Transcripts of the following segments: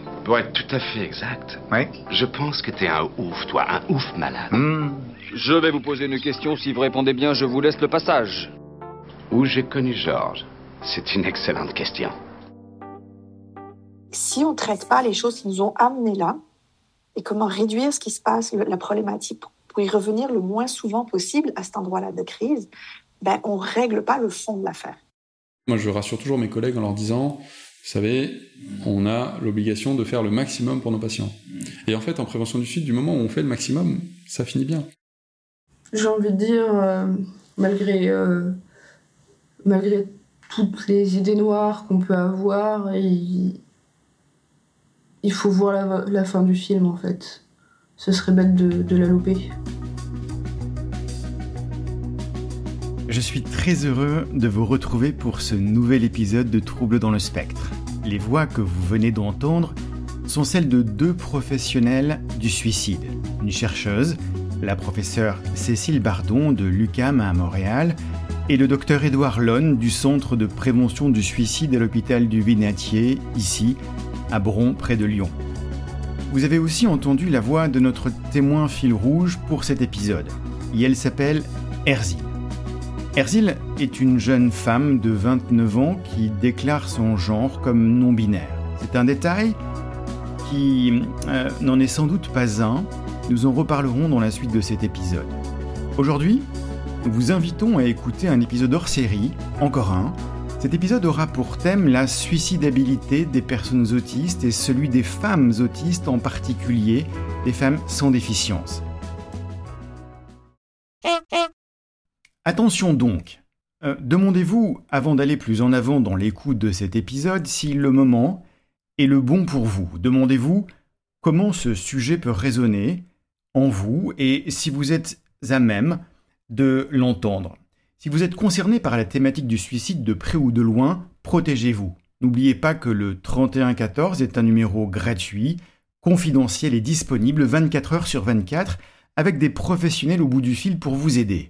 Pour être tout à fait exact, Ouais. je pense que t'es un ouf, toi, un ouf malade. Je vais vous poser une question. Si vous répondez bien, je vous laisse le passage. Où j'ai connu Georges? C'est une excellente question. Si on ne traite pas les choses qui nous ont amenés là, et comment réduire ce qui se passe, la problématique, pour y revenir le moins souvent possible à cet endroit-là de crise, on ne règle pas le fond de l'affaire. Moi, je rassure toujours mes collègues en leur disant, vous savez, on a l'obligation de faire le maximum pour nos patients. Et en fait, en prévention du suicide, du moment où on fait le maximum, ça finit bien. J'ai envie de dire, malgré toutes les idées noires qu'on peut avoir, il faut voir la fin du film, en fait. Ce serait bête de la louper. Je suis très heureux de vous retrouver pour ce nouvel épisode de Troubles dans le spectre. Les voix que vous venez d'entendre sont celles de deux professionnels du suicide. Une chercheuse, la professeure Cécile Bardon de l'UQAM à Montréal, et le docteur Édouard Lonne du Centre de prévention du suicide à l'hôpital du Vinatier, ici, à Bron, près de Lyon. Vous avez aussi entendu la voix de notre témoin fil rouge pour cet épisode, et elle s'appelle Erzile. Erzile est une jeune femme de 29 ans qui déclare son genre comme non-binaire. C'est un détail qui n'en est sans doute pas un. Nous en reparlerons dans la suite de cet épisode. Aujourd'hui, nous vous invitons à écouter un épisode hors série, encore un. Cet épisode aura pour thème la suicidabilité des personnes autistes et celui des femmes autistes en particulier, des femmes sans déficience. Attention donc, demandez-vous, avant d'aller plus en avant dans l'écoute de cet épisode, si le moment est le bon pour vous. Demandez-vous comment ce sujet peut résonner en vous et si vous êtes à même de l'entendre. Si vous êtes concerné par la thématique du suicide de près ou de loin, protégez-vous. N'oubliez pas que le 3114 est un numéro gratuit, confidentiel et disponible 24 heures sur 24 avec des professionnels au bout du fil pour vous aider.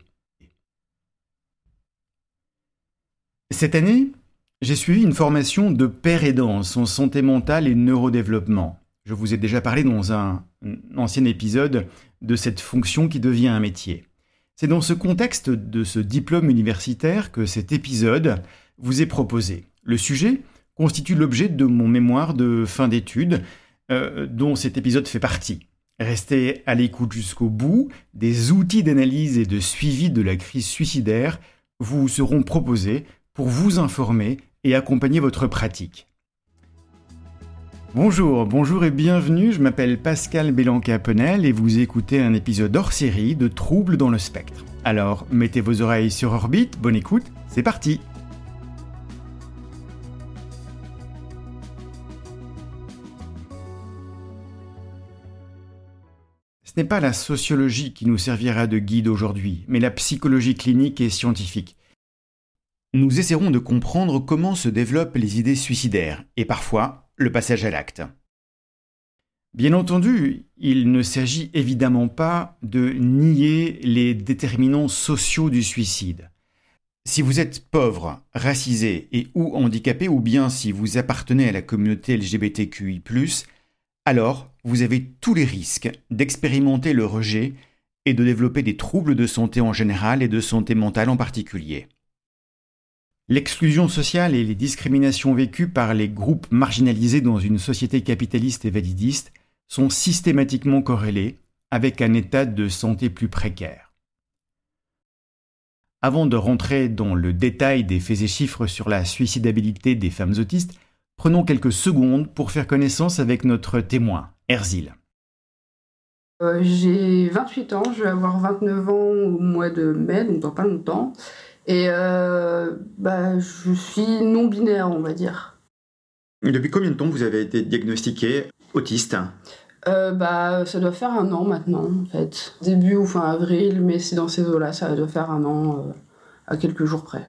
Cette année, j'ai suivi une formation de père aidant en santé mentale et neurodéveloppement. Je vous ai déjà parlé dans un ancien épisode de cette fonction qui devient un métier. C'est dans ce contexte de ce diplôme universitaire que cet épisode vous est proposé. Le sujet constitue l'objet de mon mémoire de fin d'études, dont cet épisode fait partie. Restez à l'écoute jusqu'au bout, des outils d'analyse et de suivi de la crise suicidaire vous seront proposés pour vous informer et accompagner votre pratique. Bonjour et bienvenue, je m'appelle Pascal Bélanca-Penel et vous écoutez un épisode hors série de Troubles dans le spectre. Alors, mettez vos oreilles sur orbite, bonne écoute, c'est parti! Ce n'est pas la sociologie qui nous servira de guide aujourd'hui, mais la psychologie clinique et scientifique. Nous essaierons de comprendre comment se développent les idées suicidaires, et parfois le passage à l'acte. Bien entendu, il ne s'agit évidemment pas de nier les déterminants sociaux du suicide. Si vous êtes pauvre, racisé et ou handicapé, ou bien si vous appartenez à la communauté LGBTQI+, alors vous avez tous les risques d'expérimenter le rejet et de développer des troubles de santé en général et de santé mentale en particulier. L'exclusion sociale et les discriminations vécues par les groupes marginalisés dans une société capitaliste et validiste sont systématiquement corrélées avec un état de santé plus précaire. Avant de rentrer dans le détail des faits et chiffres sur la suicidabilité des femmes autistes, prenons quelques secondes pour faire connaissance avec notre témoin, Erzile. J'ai 28 ans, je vais avoir 29 ans au mois de mai, donc dans pas longtemps. Et je suis non-binaire, on va dire. Depuis combien de temps vous avez été diagnostiqué autiste ? Ça doit faire 1 an maintenant, en fait. Début ou fin avril, mais c'est dans ces eaux-là, ça doit faire 1 an, à quelques jours près.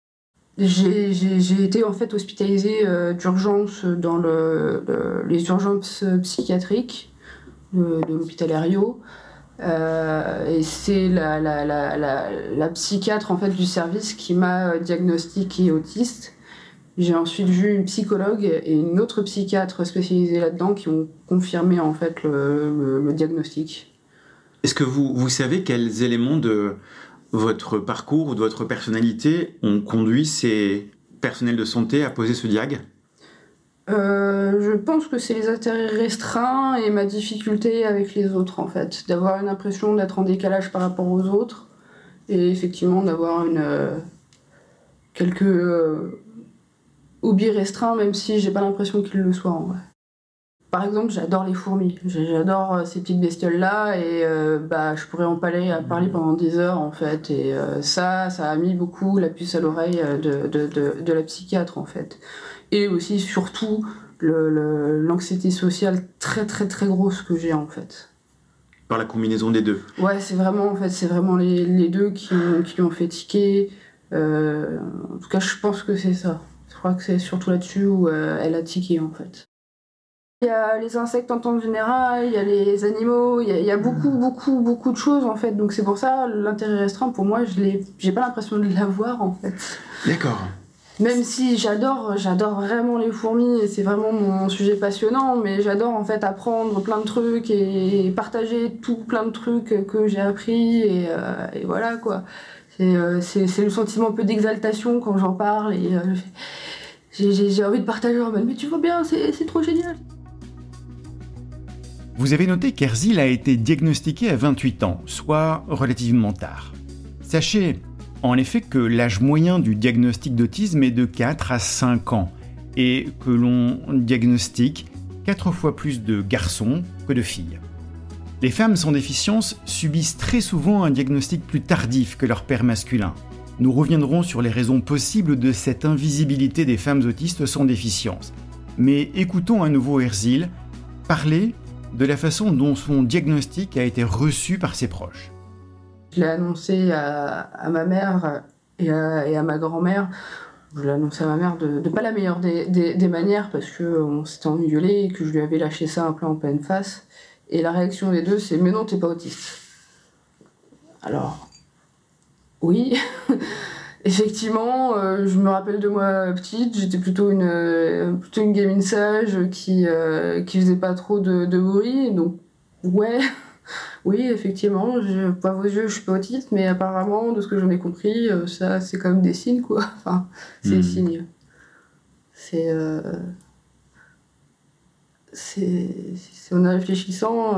J'ai été en fait hospitalisée d'urgence dans les urgences psychiatriques de l'hôpital Herriot. Et c'est la psychiatre en fait du service qui m'a diagnostiquée autiste J'ai ensuite vu une psychologue et une autre psychiatre spécialisée là-dedans qui ont confirmé en fait le diagnostic. Est-ce que vous savez quels éléments de votre parcours ou de votre personnalité ont conduit ces personnels de santé à poser ce diag ? Je pense que c'est les intérêts restreints et ma difficulté avec les autres en fait, d'avoir une impression d'être en décalage par rapport aux autres et effectivement d'avoir quelques hobbies restreints même si j'ai pas l'impression qu'ils le soient en vrai. Par exemple, j'adore les fourmis, j'adore ces petites bestioles là et je pourrais en parler pendant des heures en fait et ça a mis beaucoup la puce à l'oreille de la psychiatre en fait. Et aussi, surtout, l'anxiété sociale très très très grosse que j'ai en fait. Par la combinaison des deux. Ouais, c'est vraiment les deux qui l'ont fait tiquer. En tout cas, je pense que c'est ça. Je crois que c'est surtout là-dessus où elle a tiqué en fait. Il y a les insectes en temps général, il y a les animaux, il y a beaucoup de choses en fait. Donc c'est pour ça, l'intérêt restreint, pour moi, j'ai pas l'impression de l'avoir en fait. D'accord. Même si j'adore vraiment les fourmis et c'est vraiment mon sujet passionnant, mais j'adore en fait apprendre plein de trucs et partager plein de trucs que j'ai appris et voilà quoi. C'est le sentiment un peu d'exaltation quand j'en parle et j'ai envie de partager en mode mais tu vois bien, c'est trop génial. Vous avez noté qu'Erzil a été diagnostiqué à 28 ans, soit relativement tard. Sachez en effet que l'âge moyen du diagnostic d'autisme est de 4 à 5 ans et que l'on diagnostique 4 fois plus de garçons que de filles. Les femmes sans déficience subissent très souvent un diagnostic plus tardif que leur père masculin. Nous reviendrons sur les raisons possibles de cette invisibilité des femmes autistes sans déficience. Mais écoutons à nouveau Erzil parler de la façon dont son diagnostic a été reçu par ses proches. Je l'ai annoncé à ma mère et à ma grand-mère. Je l'ai annoncé à ma mère de pas la meilleure des manières parce qu'on s'était engueulé et que je lui avais lâché ça un peu en pleine face. Et la réaction des deux, c'est « mais non, t'es pas autiste ». Alors, oui, effectivement, je me rappelle de moi petite, j'étais plutôt une gamine sage qui faisait pas trop de bruit, donc ouais... Oui, effectivement, je vois vos yeux, je suis pas autiste, mais apparemment, de ce que j'en ai compris, ça, c'est quand même des signes, quoi. Enfin, c'est des signes. C'est en réfléchissant,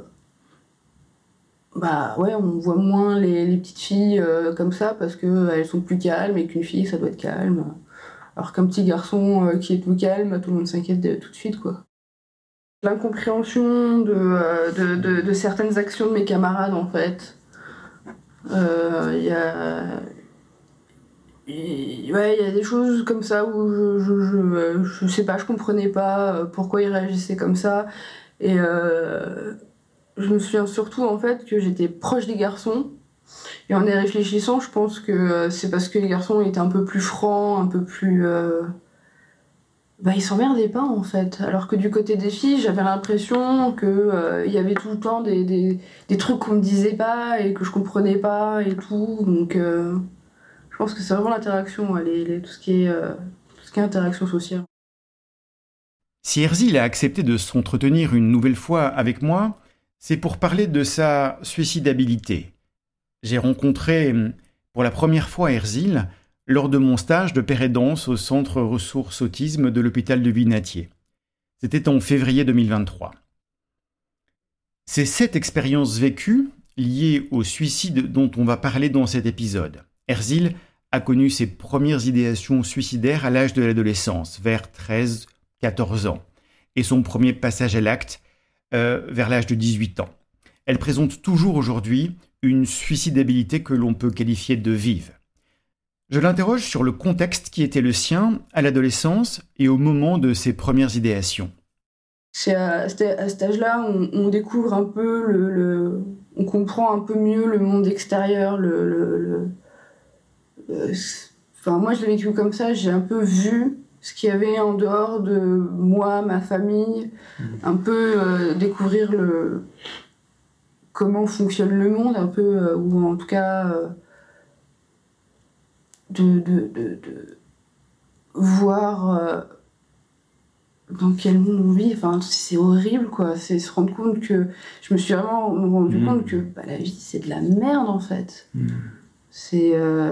on voit moins les petites filles comme ça, parce qu'elles sont plus calmes, et qu'une fille, ça doit être calme. Alors qu'un petit garçon qui est tout calme, tout le monde s'inquiète tout de suite, quoi. L'incompréhension de certaines actions de mes camarades en fait. Il y a des choses comme ça où je sais pas, je comprenais pas pourquoi ils réagissaient comme ça et je me souviens surtout en fait que j'étais proche des garçons et en y réfléchissant je pense que c'est parce que les garçons étaient un peu plus francs, un peu plus ils s'emmerdaient pas en fait, alors que du côté des filles, j'avais l'impression que y avait tout le temps des trucs qu'on me disait pas et que je comprenais pas et tout, donc je pense que c'est vraiment l'interaction, tout ce qui est interaction sociale. Si Erzil a accepté de s'entretenir une nouvelle fois avec moi, c'est pour parler de sa suicidabilité. J'ai rencontré pour la première fois Erzil lors de mon stage de père aidance au centre ressources autisme de l'hôpital de Vinatier. C'était en février 2023. C'est cette expérience vécue, liée au suicide dont on va parler dans cet épisode. Erzil a connu ses premières idéations suicidaires à l'âge de l'adolescence, vers 13-14 ans, et son premier passage à l'acte vers l'âge de 18 ans. Elle présente toujours aujourd'hui une suicidabilité que l'on peut qualifier de vive. Je l'interroge sur le contexte qui était le sien à l'adolescence et au moment de ses premières idéations. C'est à cet âge-là, on découvre un peu on comprend un peu mieux le monde extérieur. Moi, je l'ai vécu comme ça. J'ai un peu vu ce qu'il y avait en dehors de moi, ma famille, un peu découvrir comment fonctionne le monde, un peu, ou en tout cas voir dans quel monde on vit. Enfin, c'est horrible, quoi. C'est se rendre compte que... Je me suis vraiment rendu compte que la vie, c'est de la merde, en fait. C'est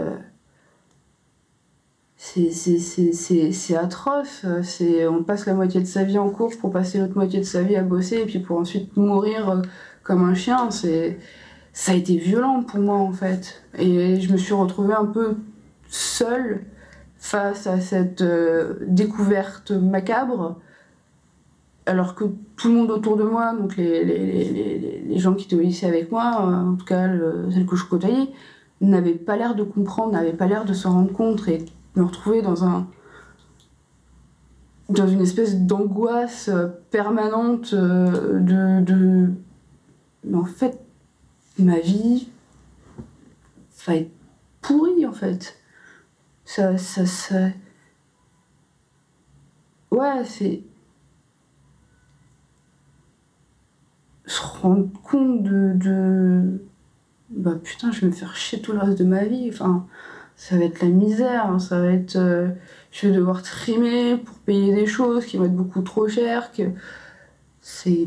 atroce. On passe la moitié de sa vie en cours pour passer l'autre moitié de sa vie à bosser et puis pour ensuite mourir comme un chien. Ça a été violent pour moi, en fait. Et je me suis retrouvée un peu seule face à cette découverte macabre, alors que tout le monde autour de moi, donc les gens qui étaient au lycée avec moi, en tout cas celles que je côtoyais, n'avaient pas l'air de comprendre, n'avaient pas l'air de se rendre compte, et me retrouver dans une espèce d'angoisse permanente Mais en fait, ma vie va être pourrie, en fait. Ouais, c'est... Se rendre compte Bah putain, je vais me faire chier tout le reste de ma vie. Enfin, ça va être la misère, hein. Ça va être... je vais devoir trimer pour payer des choses qui vont être beaucoup trop chères. C'est...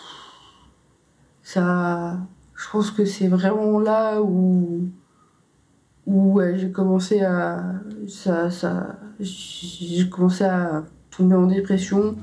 Ça... Je pense que c'est vraiment là où ouais, j'ai commencé à tomber en dépression.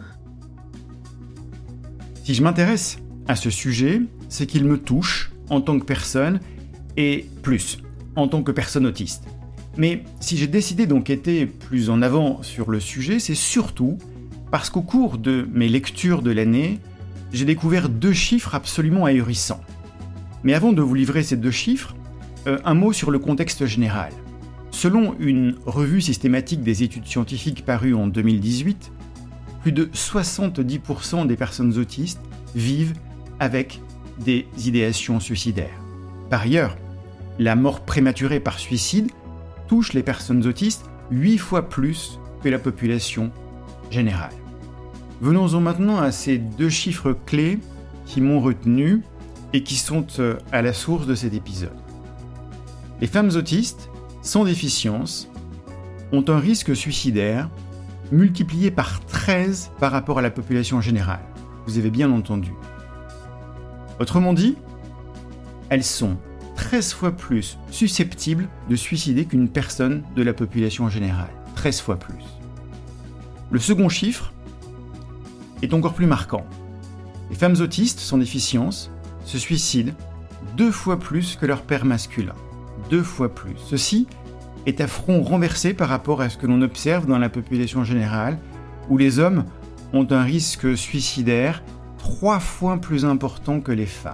Si je m'intéresse à ce sujet, c'est qu'il me touche en tant que personne et plus en tant que personne autiste. Mais si j'ai décidé d'enquêter plus en avant sur le sujet, c'est surtout parce qu'au cours de mes lectures de l'année, j'ai découvert 2 chiffres absolument ahurissants. Mais avant de vous livrer ces 2 chiffres, un mot sur le contexte général. Selon une revue systématique des études scientifiques parue en 2018, plus de 70% des personnes autistes vivent avec des idéations suicidaires. Par ailleurs, la mort prématurée par suicide touche les personnes autistes 8 fois plus que la population générale. Venons-en maintenant à ces 2 chiffres clés qui m'ont retenu et qui sont à la source de cet épisode. Les femmes autistes sans déficience ont un risque suicidaire multiplié par 13 par rapport à la population générale. Vous avez bien entendu. Autrement dit, elles sont 13 fois plus susceptibles de suicider qu'une personne de la population générale. 13 fois plus. Le second chiffre est encore plus marquant. Les femmes autistes sans déficience se suicident 2 fois plus que leur père masculin. 2 fois plus. Ceci est à front renversé par rapport à ce que l'on observe dans la population générale, où les hommes ont un risque suicidaire 3 fois plus important que les femmes.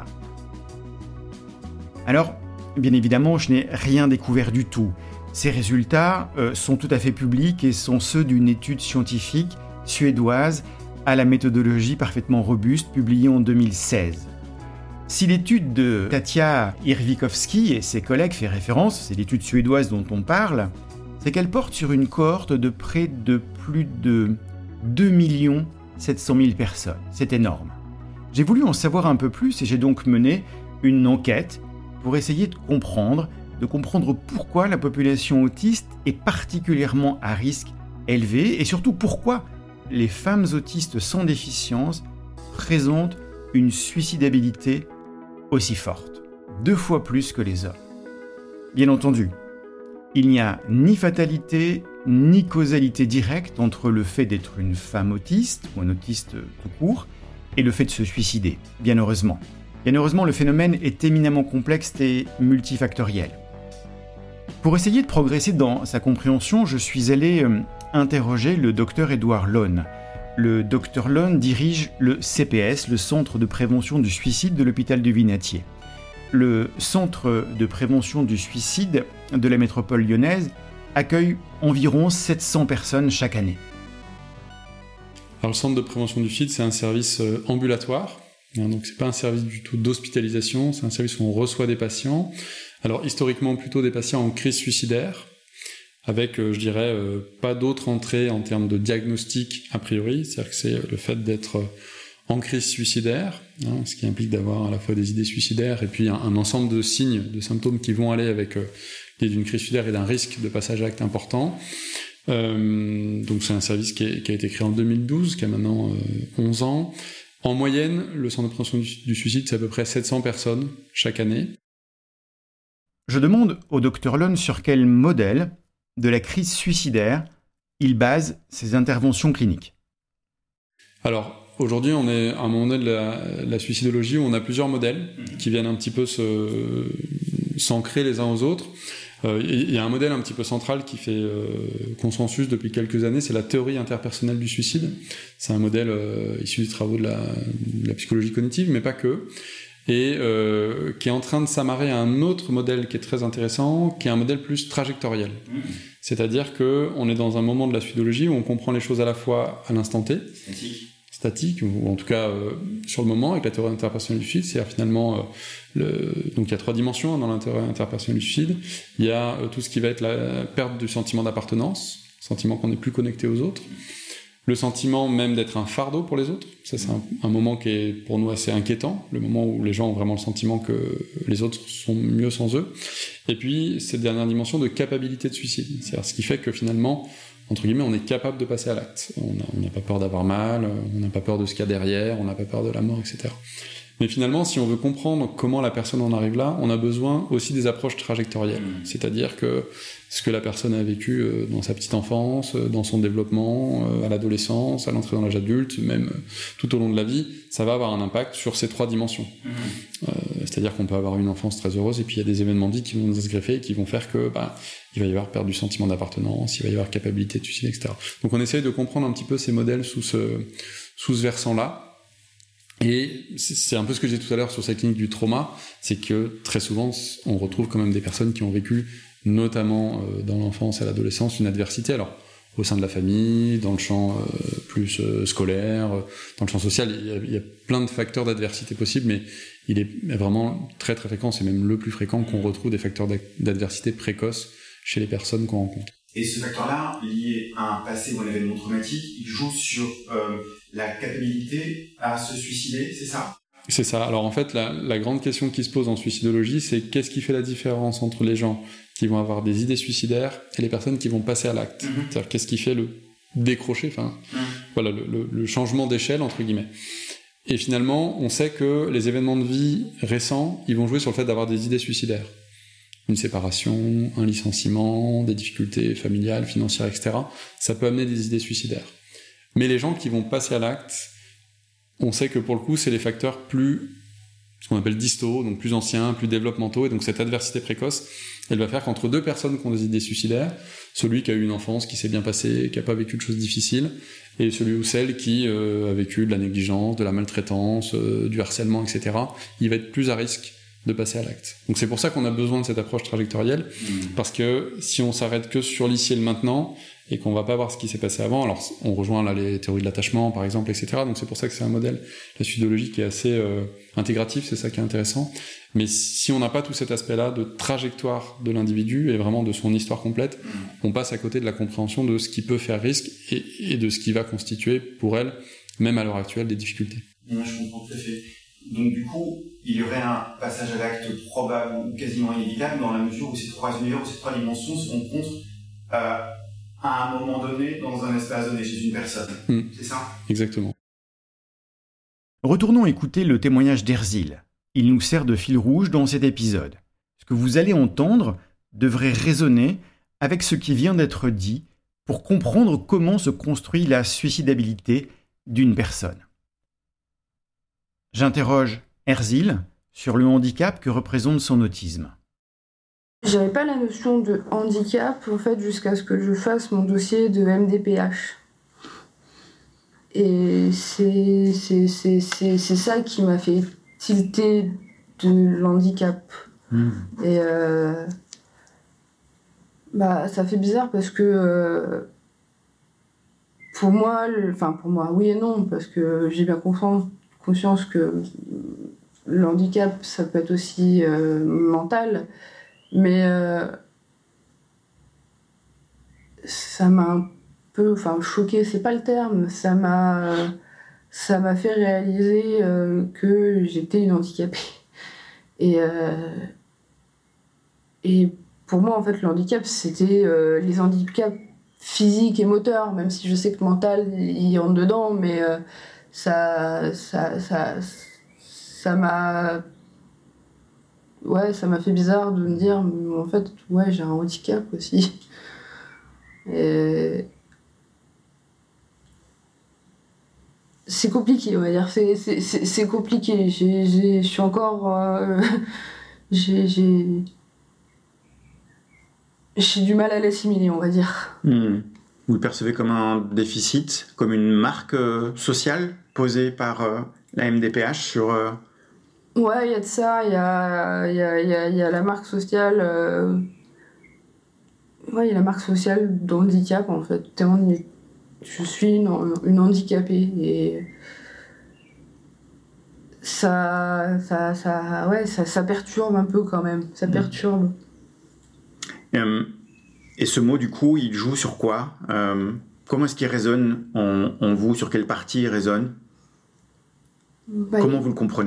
Alors, bien évidemment, je n'ai rien découvert du tout. Ces résultats sont tout à fait publics et sont ceux d'une étude scientifique suédoise à la méthodologie parfaitement robuste publiée en 2016. Si l'étude de Katia Hirvikovsky et ses collègues fait référence, c'est l'étude suédoise dont on parle, c'est qu'elle porte sur une cohorte de près de plus de 2 700 000 personnes. C'est énorme. J'ai voulu en savoir un peu plus et j'ai donc mené une enquête pour essayer de comprendre pourquoi la population autiste est particulièrement à risque élevé et surtout pourquoi les femmes autistes sans déficience présentent une suicidabilité aussi forte, 2 fois plus que les hommes. Bien entendu, il n'y a ni fatalité ni causalité directe entre le fait d'être une femme autiste ou un autiste tout court et le fait de se suicider, bien heureusement. Bien heureusement, le phénomène est éminemment complexe et multifactoriel. Pour essayer de progresser dans sa compréhension, je suis allé interroger le docteur Edward Lone. Le docteur Lone dirige le CPS, le Centre de prévention du suicide de l'hôpital du Vinatier. Le Centre de prévention du suicide de la métropole lyonnaise accueille environ 700 personnes chaque année. Alors, le Centre de prévention du suicide, c'est un service ambulatoire. Donc, c'est pas un service du tout d'hospitalisation, c'est un service où on reçoit des patients. Alors, historiquement, plutôt des patients en crise suicidaire, avec, je dirais, pas d'autre entrée en termes de diagnostic a priori, c'est-à-dire que c'est le fait d'être en crise suicidaire, ce qui implique d'avoir à la fois des idées suicidaires et puis un ensemble de signes, de symptômes qui vont aller avec l'idée d'une crise suicidaire et d'un risque de passage à acte important. Donc c'est un service qui a été créé en 2012, qui a maintenant 11 ans. En moyenne, le centre de prévention du suicide, c'est à peu près 700 personnes chaque année. Je demande au Dr Lone sur quel modèle de la crise suicidaire il base ses interventions cliniques. Alors, aujourd'hui, on est à un moment donné de la suicidologie où on a plusieurs modèles qui viennent un petit peu s'ancrer les uns aux autres. Il y a un modèle un petit peu central qui fait consensus depuis quelques années, c'est la théorie interpersonnelle du suicide. C'est un modèle issu des travaux de la psychologie cognitive, mais pas que, et qui est en train de s'amarrer à un autre modèle qui est très intéressant, qui est un modèle plus trajectoriel. C'est-à-dire qu'on est dans un moment de la suicidologie où on comprend les choses à la fois à l'instant T, statique, ou en tout cas sur le moment, avec la théorie interpersonnelle du suicide. C'est-à-dire finalement, donc il y a 3 dimensions dans la théorie interpersonnelle du suicide. Il y a tout ce qui va être la perte du sentiment d'appartenance, sentiment qu'on n'est plus connecté aux autres, le sentiment même d'être un fardeau pour les autres. Ça, c'est un moment qui est pour nous assez inquiétant, le moment où les gens ont vraiment le sentiment que les autres sont mieux sans eux. Et puis cette dernière dimension de capacité de suicide, c'est-à-dire ce qui fait que finalement, entre guillemets, on est capable de passer à l'acte. On n'a pas peur d'avoir mal, on n'a pas peur de ce qu'il y a derrière, on n'a pas peur de la mort, etc. Mais finalement, si on veut comprendre comment la personne en arrive là, on a besoin aussi des approches trajectorielles. C'est-à-dire que ce que la personne a vécu dans sa petite enfance, dans son développement, à l'adolescence, à l'entrée dans l'âge adulte, même tout au long de la vie, ça va avoir un impact sur ces 3 dimensions. C'est-à-dire qu'on peut avoir une enfance très heureuse et puis il y a des événements de vie qui vont se greffer et qui vont faire que il va y avoir perte du sentiment d'appartenance, il va y avoir capacité de suicide, etc. Donc on essaye de comprendre un petit peu ces modèles sous ce versant-là. Et c'est un peu ce que j'ai dit tout à l'heure sur cette clinique du trauma, c'est que très souvent on retrouve quand même des personnes qui ont vécu, notamment dans l'enfance et à l'adolescence, une adversité. Alors au sein de la famille, dans le champ plus scolaire, dans le champ social, il y a plein de facteurs d'adversité possibles, mais il est vraiment très très fréquent, c'est même le plus fréquent qu'on retrouve des facteurs d'adversité précoces chez les personnes qu'on rencontre. Et ce facteur-là, lié à un passé ou un événement traumatique, il joue sur la capacité à se suicider, c'est ça ? C'est ça. Alors en fait, la grande question qui se pose en suicidologie, c'est qu'est-ce qui fait la différence entre les gens qui vont avoir des idées suicidaires et les personnes qui vont passer à l'acte. C'est-à-dire qu'est-ce qui fait le décrocher, voilà, le changement d'échelle, entre guillemets. Et finalement, on sait que les événements de vie récents, ils vont jouer sur le fait d'avoir des idées suicidaires. Une séparation, un licenciement, des difficultés familiales, financières, etc. Ça peut amener des idées suicidaires. Mais les gens qui vont passer à l'acte, on sait que pour le coup, c'est les facteurs ce qu'on appelle distaux, donc plus anciens, plus développementaux, et donc cette adversité précoce, elle va faire qu'entre 2 personnes qui ont des idées suicidaires, celui qui a eu une enfance qui s'est bien passée, qui n'a pas vécu de choses difficiles, et celui ou celle qui a vécu de la négligence, de la maltraitance, du harcèlement, etc., il va être plus à risque de passer à l'acte. Donc c'est pour ça qu'on a besoin de cette approche trajectorielle, parce que si on s'arrête que sur l'ici et le maintenant, et qu'on va pas voir ce qui s'est passé avant, alors on rejoint là les théories de l'attachement par exemple, etc. Donc c'est pour ça que c'est un modèle, la suicidologie, qui est assez intégratif, c'est ça qui est intéressant. Mais si on n'a pas tout cet aspect-là de trajectoire de l'individu et vraiment de son histoire complète, on passe à côté de la compréhension de ce qui peut faire risque et de ce qui va constituer pour elle, même à l'heure actuelle, des difficultés. Je comprends tout à fait. Donc du coup, il y aurait un passage à l'acte probable ou quasiment inévitable dans la mesure où ces 3 univers ou ces 3 dimensions se rencontrent à un moment donné dans un espace donné chez une personne. C'est ça ? Exactement. Retournons écouter le témoignage d'Erzil. Il nous sert de fil rouge dans cet épisode. Ce que vous allez entendre devrait résonner avec ce qui vient d'être dit pour comprendre comment se construit la suicidabilité d'une personne. J'interroge Erzil sur le handicap que représente son autisme. J'avais pas la notion de handicap en fait jusqu'à ce que je fasse mon dossier de MDPH. Et c'est ça qui m'a fait tilter de l'handicap. Et ça fait bizarre parce que pour moi, oui et non, parce que j'ai bien conscience que le handicap, ça peut être aussi mental, mais ça m'a un peu, choqué, c'est pas le terme, ça m'a fait réaliser que j'étais une handicapée. Et pour moi, en fait, le handicap, c'était les handicaps physique et moteur, même si je sais que mental, il rentre dedans, mais ça m'a... Ouais, ça m'a fait bizarre de me dire, en fait, ouais, j'ai un handicap aussi. Et... C'est compliqué, on va dire. C'est compliqué. Je suis encore... j'ai du mal à l'assimiler, on va dire. Vous le percevez comme un déficit, comme une marque sociale posée par la MDPH sur... Ouais, il y a de ça. Il y a la marque sociale... Ouais, il y a la marque sociale d'handicap, en fait. Je suis une handicapée et ça perturbe un peu quand même. Ça perturbe. Et ce mot, du coup, il joue sur quoi ? Comment est-ce qu'il résonne en vous ? Sur quelle partie il résonne ? Comment vous le comprenez ?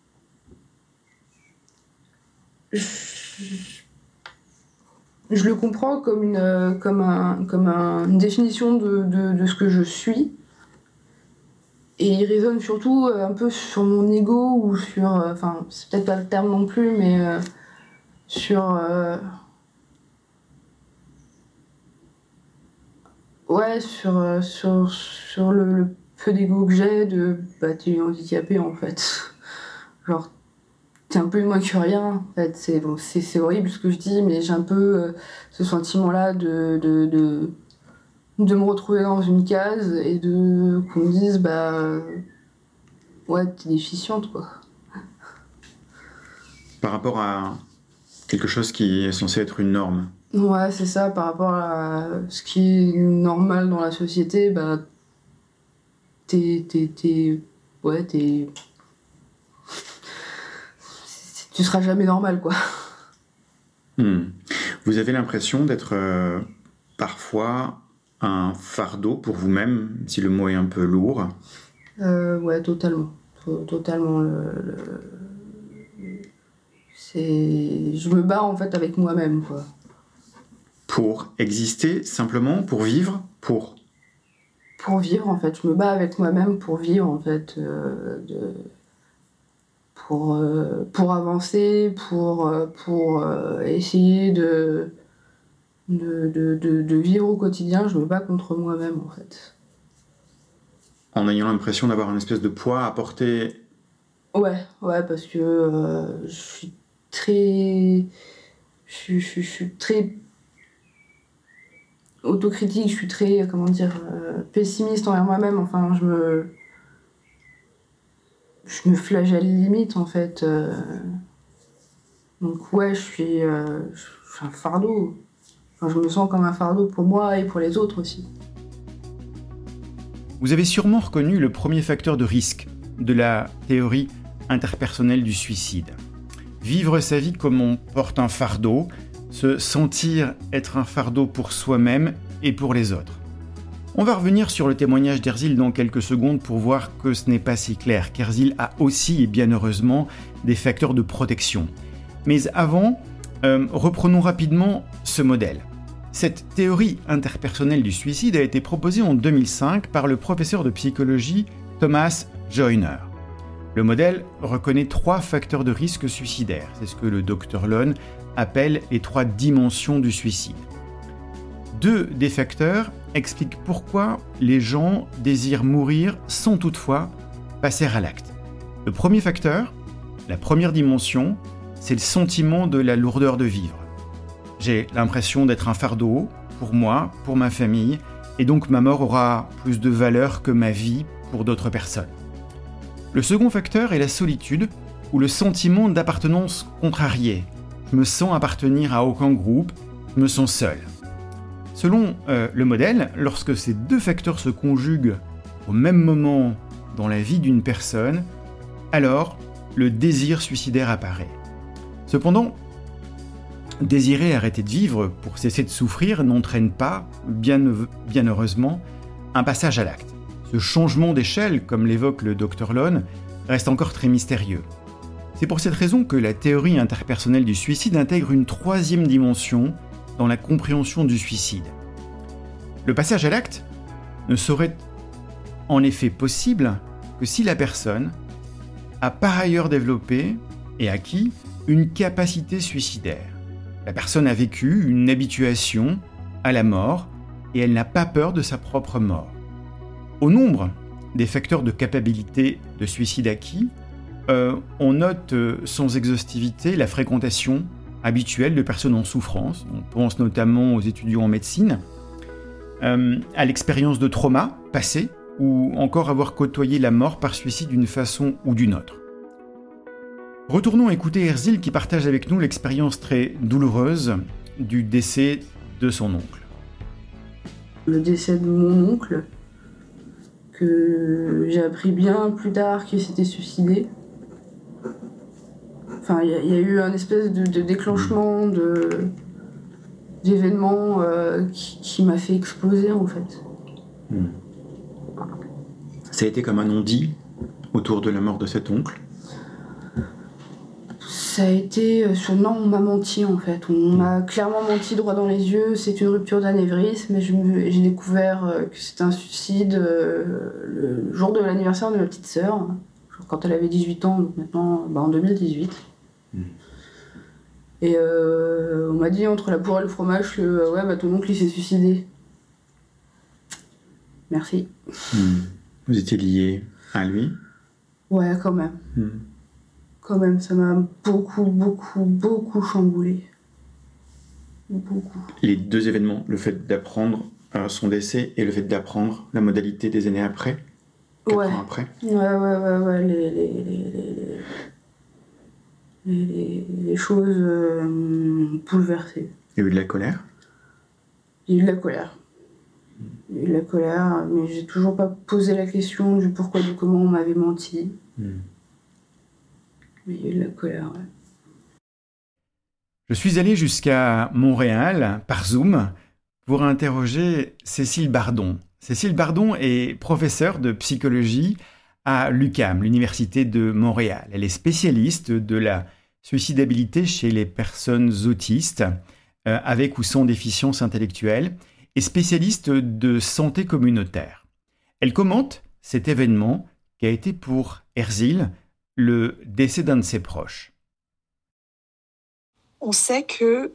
Je le comprends comme une définition de ce que je suis. Et il résonne surtout un peu sur mon ego ou sur... Enfin, c'est peut-être pas le terme non plus, mais sur... Ouais, sur le peu d'ego que j'ai de... Bah, t'es handicapé, en fait. Genre... T'es un peu moins que rien, en fait. C'est horrible ce que je dis, mais j'ai un peu ce sentiment-là de me retrouver dans une case et qu'on me dise, bah... Ouais, t'es déficiente, quoi. Par rapport à quelque chose qui est censé être une norme. Ouais, c'est ça, par rapport à ce qui est normal dans la société, bah... Ouais, tu seras jamais normal, quoi. Vous avez l'impression d'être parfois un fardeau pour vous-même, si le mot est un peu lourd ? Ouais, totalement. Totalement. Je me bats, en fait, avec moi-même, quoi. Pour exister, simplement, pour vivre, pour vivre, en fait. Je me bats avec moi-même pour vivre, en fait. Pour avancer, pour essayer de vivre au quotidien, je me bats contre moi-même, en fait. En ayant l'impression d'avoir une espèce de poids à porter. Ouais, parce que je suis très autocritique, je suis très, pessimiste envers moi-même. Enfin, je me flagelle limite, en fait. Donc ouais, je suis un fardeau. Enfin, je me sens comme un fardeau pour moi et pour les autres aussi. Vous avez sûrement reconnu le premier facteur de risque de la théorie interpersonnelle du suicide. Vivre sa vie comme on porte un fardeau, se sentir être un fardeau pour soi-même et pour les autres. On va revenir sur le témoignage d'Erzil dans quelques secondes pour voir que ce n'est pas si clair, qu'Erzil a aussi, et bien heureusement, des facteurs de protection. Mais avant, reprenons rapidement ce modèle. Cette théorie interpersonnelle du suicide a été proposée en 2005 par le professeur de psychologie Thomas Joyner. Le modèle reconnaît 3 facteurs de risque suicidaire. C'est ce que le Dr Lone appelle les 3 dimensions du suicide. 2 des facteurs expliquent pourquoi les gens désirent mourir sans toutefois passer à l'acte. Le premier facteur, la première dimension, c'est le sentiment de la lourdeur de vivre. J'ai l'impression d'être un fardeau pour moi, pour ma famille, et donc ma mort aura plus de valeur que ma vie pour d'autres personnes. Le second facteur est la solitude ou le sentiment d'appartenance contrarié. Je me sens appartenir à aucun groupe, je me sens seul. Selon le modèle, lorsque ces 2 facteurs se conjuguent au même moment dans la vie d'une personne, alors le désir suicidaire apparaît. Cependant, désirer arrêter de vivre pour cesser de souffrir n'entraîne pas, bien heureusement, un passage à l'acte. Ce changement d'échelle, comme l'évoque le Dr Lone, reste encore très mystérieux. C'est pour cette raison que la théorie interpersonnelle du suicide intègre une 3e dimension dans la compréhension du suicide. Le passage à l'acte ne serait en effet possible que si la personne a par ailleurs développé et acquis une capacité suicidaire. La personne a vécu une habituation à la mort et elle n'a pas peur de sa propre mort. Au nombre des facteurs de capacité de suicide acquis, on note sans exhaustivité la fréquentation habituelle de personnes en souffrance. On pense notamment aux étudiants en médecine, à l'expérience de trauma passé ou encore avoir côtoyé la mort par suicide d'une façon ou d'une autre. Retournons écouter Erzil qui partage avec nous l'expérience très douloureuse du décès de son oncle. Le décès de mon oncle, que j'ai appris bien plus tard qu'il s'était suicidé. Enfin, il y a eu un espèce de déclenchement d'événements qui m'a fait exploser en fait. Ça a été comme un non-dit autour de la mort de cet oncle. Ça a été... non, on m'a menti en fait. On m'a clairement menti droit dans les yeux. C'est une rupture d'anévrisme et j'ai découvert que c'était un suicide le jour de l'anniversaire de ma petite sœur, quand elle avait 18 ans, donc maintenant en 2018. Et on m'a dit entre la poire et le fromage que ouais, bah, ton oncle il s'est suicidé. Merci. Vous étiez liés à lui ? Ouais, quand même. Quand même, ça m'a beaucoup chamboulé. Beaucoup. Les 2 événements, le fait d'apprendre son décès et le fait d'apprendre la modalité des années après, 4 ans après. Ouais, les choses bouleversées. Il y a eu de la colère ? Il y a eu de la colère. Il y a eu de la colère, mais j'ai toujours pas posé la question du pourquoi, du comment on m'avait menti. Mais il y a eu de la colère, ouais. Je suis allé jusqu'à Montréal, par Zoom, pour interroger Cécile Bardon. Cécile Bardon est professeure de psychologie à l'UQAM, l'Université de Montréal. Elle est spécialiste de la suicidabilité chez les personnes autistes, avec ou sans déficience intellectuelle, et spécialiste de santé communautaire. Elle commente cet événement qui a été pour Erzil le décès d'un de ses proches. On sait que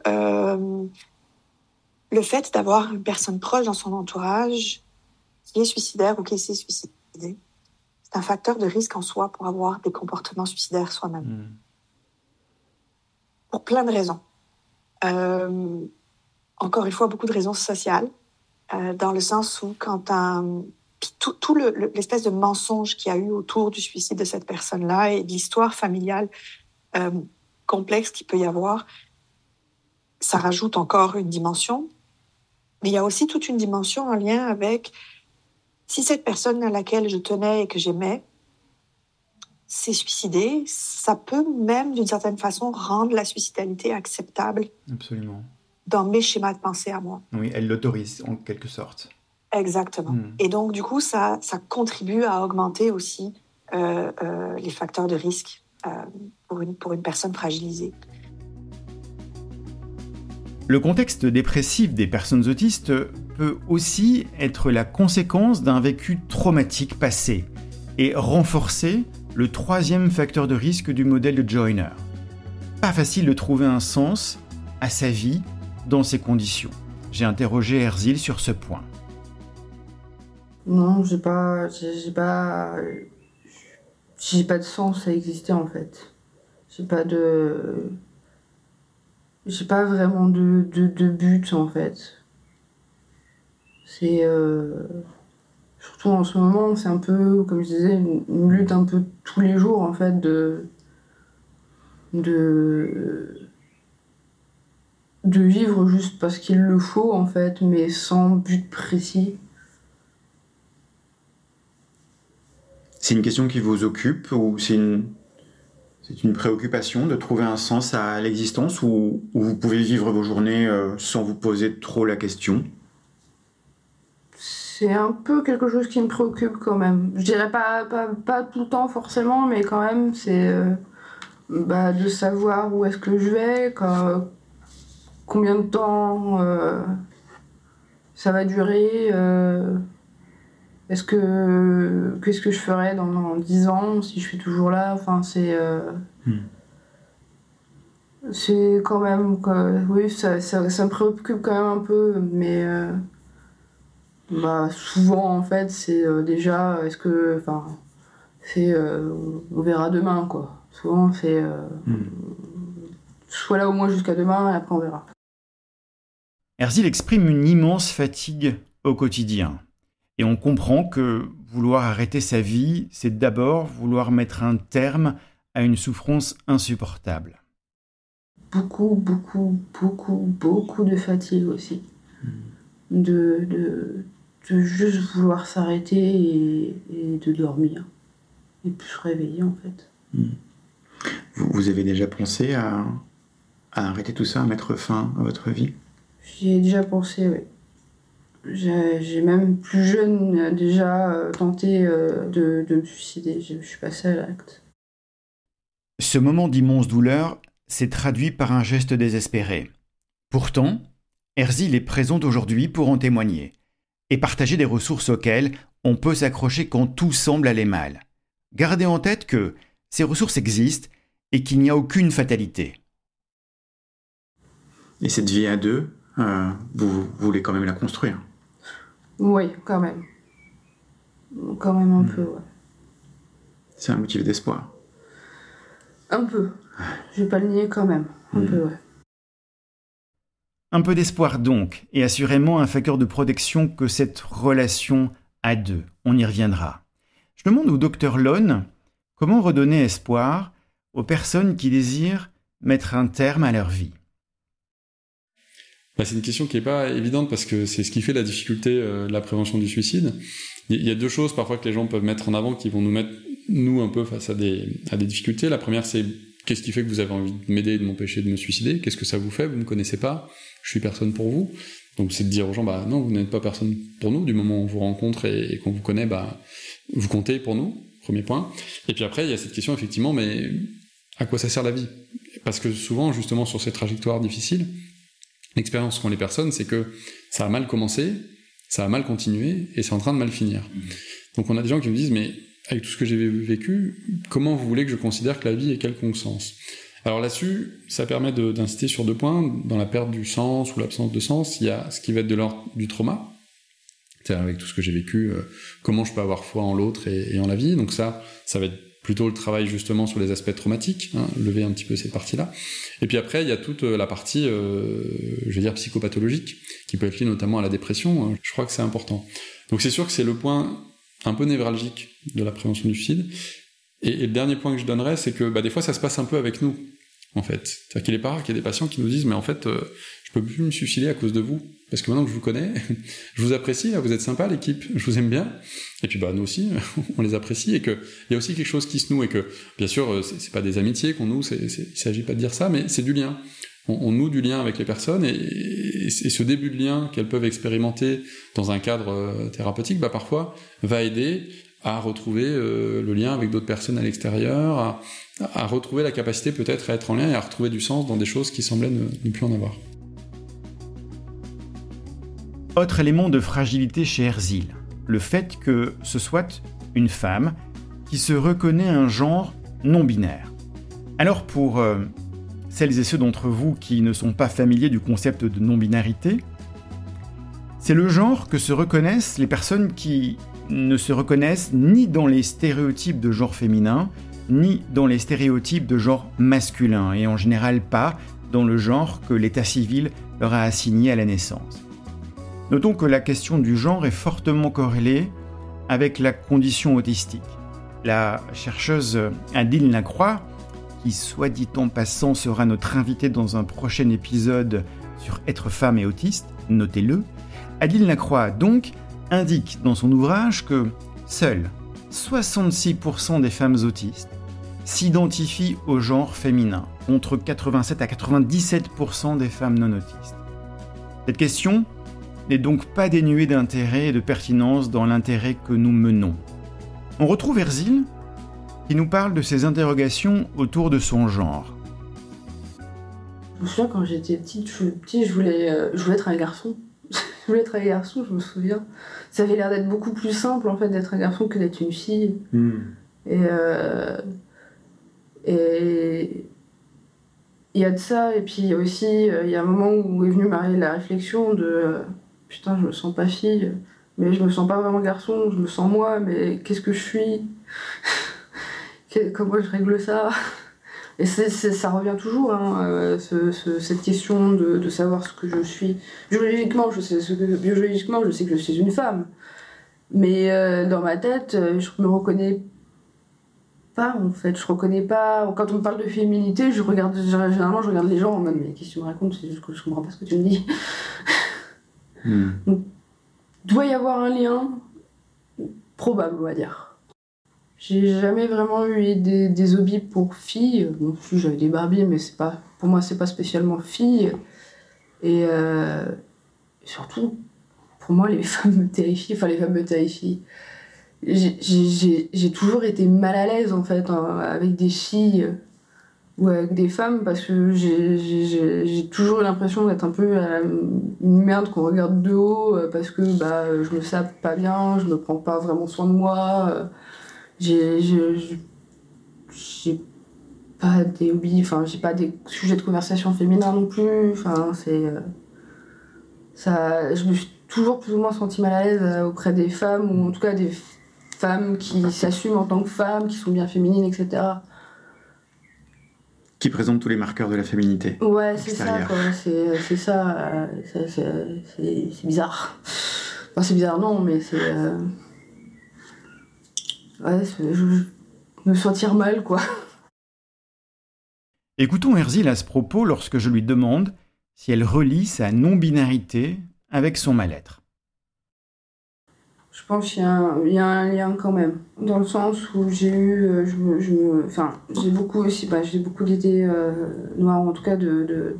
le fait d'avoir une personne proche dans son entourage qui est suicidaire ou qui s'est suicidé, c'est un facteur de risque en soi pour avoir des comportements suicidaires soi-même. Pour plein de raisons. Encore une fois, beaucoup de raisons sociales, dans le sens où quand tout l'espèce de mensonge qu'il y a eu autour du suicide de cette personne-là et de l'histoire familiale complexe qu'il peut y avoir, ça rajoute encore une dimension. Mais il y a aussi toute une dimension en lien avec si cette personne à laquelle je tenais et que j'aimais s'est suicidée, ça peut même d'une certaine façon rendre la suicidalité acceptable. Absolument. Dans mes schémas de pensée à moi. Oui, elle l'autorise en quelque sorte. Exactement. Et donc, du coup, ça contribue à augmenter aussi les facteurs de risque pour une personne fragilisée. Le contexte dépressif des personnes autistes peut aussi être la conséquence d'un vécu traumatique passé et renforcer le 3e facteur de risque du modèle de Joyner. Pas facile de trouver un sens à sa vie dans ces conditions. J'ai interrogé Erzil sur ce point. Non, j'ai pas de sens à exister en fait. J'ai pas vraiment de but en fait. C'est surtout en ce moment, c'est un peu, comme je disais, une lutte un peu tous les jours en fait de vivre juste parce qu'il le faut en fait, mais sans but précis. C'est une question qui vous occupe ou c'est une préoccupation de trouver un sens à l'existence ou vous pouvez vivre vos journées sans vous poser trop la question ? C'est un peu quelque chose qui me préoccupe quand même. Je dirais pas tout le temps forcément, mais quand même, c'est de savoir où est-ce que je vais, combien de temps ça va durer, qu'est-ce que je ferai dans 10 ans si je suis toujours là, enfin c'est quand même oui, ça me préoccupe quand même un peu, mais souvent en fait c'est déjà on verra demain quoi. Souvent c'est sois là au moins jusqu'à demain et après on verra. Herzl exprime une immense fatigue au quotidien. Et on comprend que vouloir arrêter sa vie, c'est d'abord vouloir mettre un terme à une souffrance insupportable. Beaucoup de fatigue aussi. De juste vouloir s'arrêter et de dormir. Et puis se réveiller en fait. Vous avez déjà pensé à arrêter tout ça, à mettre fin à votre vie ? J'y ai déjà pensé, oui. J'ai même plus jeune déjà tenté de me suicider. Je suis passée à l'acte. Ce moment d'immense douleur s'est traduit par un geste désespéré. Pourtant, Herzl est présente aujourd'hui pour en témoigner et partager des ressources auxquelles on peut s'accrocher quand tout semble aller mal. Gardez en tête que ces ressources existent et qu'il n'y a aucune fatalité. Et cette vie à deux, vous voulez quand même la construire ? Oui, quand même. Quand même un peu, ouais. C'est un motif d'espoir ? Un peu. Je vais pas le nier quand même. Un peu, ouais. Un peu d'espoir donc, et assurément un facteur de protection que cette relation à deux. On y reviendra. Je demande au Dr Lone comment redonner espoir aux personnes qui désirent mettre un terme à leur vie. C'est une question qui n'est pas évidente parce que c'est ce qui fait la difficulté de la prévention du suicide. Il y a deux choses parfois que les gens peuvent mettre en avant qui vont nous mettre, nous, un peu face à des difficultés. La première, c'est qu'est-ce qui fait que vous avez envie de m'aider et de m'empêcher de me suicider ? Qu'est-ce que ça vous fait ? Vous ne me connaissez pas ? Je suis personne pour vous. Donc c'est de dire aux gens, non, vous n'êtes pas personne pour nous. Du moment où on vous rencontre et qu'on vous connaît, vous comptez pour nous. Premier point. Et puis après, il y a cette question, effectivement, mais à quoi ça sert la vie ? Parce que souvent, justement, sur ces trajectoires difficiles, l'expérience qu'ont les personnes, c'est que ça a mal commencé, ça a mal continué, et c'est en train de mal finir. Donc on a des gens qui me disent, mais avec tout ce que j'ai vécu, comment vous voulez que je considère que la vie ait quelconque sens ? Alors là-dessus, ça permet d'insister sur deux points. Dans la perte du sens ou l'absence de sens, il y a ce qui va être de l'ordre du trauma, c'est-à-dire avec tout ce que j'ai vécu, comment je peux avoir foi en l'autre et en la vie. Donc ça va être plutôt le travail justement sur les aspects traumatiques, lever un petit peu ces parties-là. Et puis après, il y a toute la partie, psychopathologique, qui peut être liée notamment à la dépression. Je crois que c'est important. Donc c'est sûr que c'est le point un peu névralgique de la prévention du suicide. Et le dernier point que je donnerais, c'est que des fois, ça se passe un peu avec nous, en fait. C'est-à-dire qu'il est pas rare qu'il y ait des patients qui nous disent « Mais en fait, je peux plus me suicider à cause de vous. Parce que maintenant que je vous connais, je vous apprécie, vous êtes sympa l'équipe, je vous aime bien. Et puis nous aussi, on les apprécie. Et qu'il y a aussi quelque chose qui se noue. Et que, bien sûr, c'est pas des amitiés qu'on noue, il s'agit pas de dire ça, mais c'est du lien. On noue du lien avec les personnes. Et ce début de lien qu'elles peuvent expérimenter dans un cadre thérapeutique, parfois, va aider à retrouver le lien avec d'autres personnes à l'extérieur, à retrouver la capacité peut-être à être en lien et à retrouver du sens dans des choses qui semblaient ne plus en avoir. Autre élément de fragilité chez Herzl, le fait que ce soit une femme qui se reconnaît un genre non binaire. Alors pour celles et ceux d'entre vous qui ne sont pas familiers du concept de non-binarité, c'est le genre que se reconnaissent les personnes qui ne se reconnaissent ni dans les stéréotypes de genre féminin, ni dans les stéréotypes de genre masculin, et en général pas dans le genre que l'état civil leur a assigné à la naissance. Notons que la question du genre est fortement corrélée avec la condition autistique. La chercheuse Adine Lacroix, qui soit dit en passant sera notre invitée dans un prochain épisode sur être femme et autiste, notez-le, Adine Lacroix donc indique dans son ouvrage que seuls 66% des femmes autistes s'identifient au genre féminin, contre 87 à 97% des femmes non autistes. Cette question n'est donc pas dénuée d'intérêt et de pertinence dans l'intérêt que nous menons. On retrouve Herzl qui nous parle de ses interrogations autour de son genre. Je me souviens quand j'étais petite, je voulais être un garçon. je voulais être un garçon, je me souviens. Ça avait l'air d'être beaucoup plus simple en fait d'être un garçon que d'être une fille. Et il y a de ça, et puis aussi il y a un moment où est venue la réflexion de putain, je me sens pas fille, mais je me sens pas vraiment garçon, je me sens moi, mais qu'est-ce que je suis? Comment je règle ça? Et ça revient toujours, hein, cette question de savoir ce que je suis. Biologiquement, je sais que je suis une femme. Mais dans ma tête, je me reconnais pas, en fait. Je reconnais pas... Quand on me parle de féminité, généralement, je regarde les gens en mode « Mais qu'est-ce que tu me racontes? C'est juste que je comprends pas ce que tu me dis. » Donc, doit y avoir un lien probable, on va dire. J'ai jamais vraiment eu des hobbies pour filles. Bon, si, j'avais des Barbies, mais pour moi, c'est pas spécialement filles. Et surtout, pour moi, les femmes me terrifient. Enfin, les femmes me terrifient. J'ai toujours été mal à l'aise, en fait, avec des filles ou avec des femmes, parce que j'ai toujours eu l'impression d'être un peu une merde qu'on regarde de haut, parce que je me sape pas bien, je me prends pas vraiment soin de moi. J'ai pas des hobbies, enfin j'ai pas des sujets de conversation féminins non plus, enfin je me suis toujours plus ou moins sentie mal à l'aise auprès des femmes, ou en tout cas des femmes qui s'assument en tant que femmes, qui sont bien féminines, etc. Qui présentent tous les marqueurs de la féminité. Ouais, c'est ça, quoi. C'est ça, c'est bizarre. Enfin, c'est bizarre, non, mais c'est... Ouais, je me sentir mal, quoi. Écoutons Herzl à ce propos lorsque je lui demande si elle relie sa non-binarité avec son mal-être. Je pense qu'il y a un lien quand même, dans le sens où j'ai eu, j'ai beaucoup aussi, j'ai beaucoup d'idées noires, en tout cas de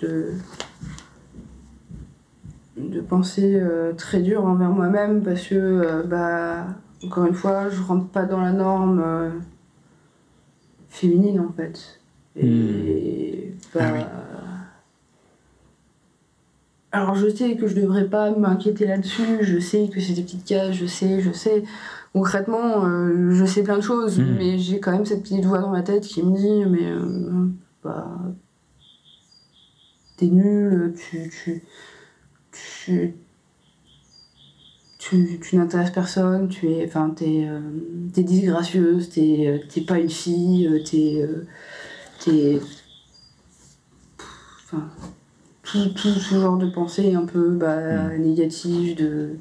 pensées très dures envers moi-même, parce que encore une fois, je rentre pas dans la norme féminine, en fait. Et oui. Alors je sais que je devrais pas m'inquiéter là-dessus, je sais que c'est des petites cases, je sais. Concrètement, je sais plein de choses, mais j'ai quand même cette petite voix dans ma tête qui me dit mais t'es nulle, tu n'intéresses personne, t'es disgracieuse, t'es pas une fille, tout ce genre de pensées un peu négatives,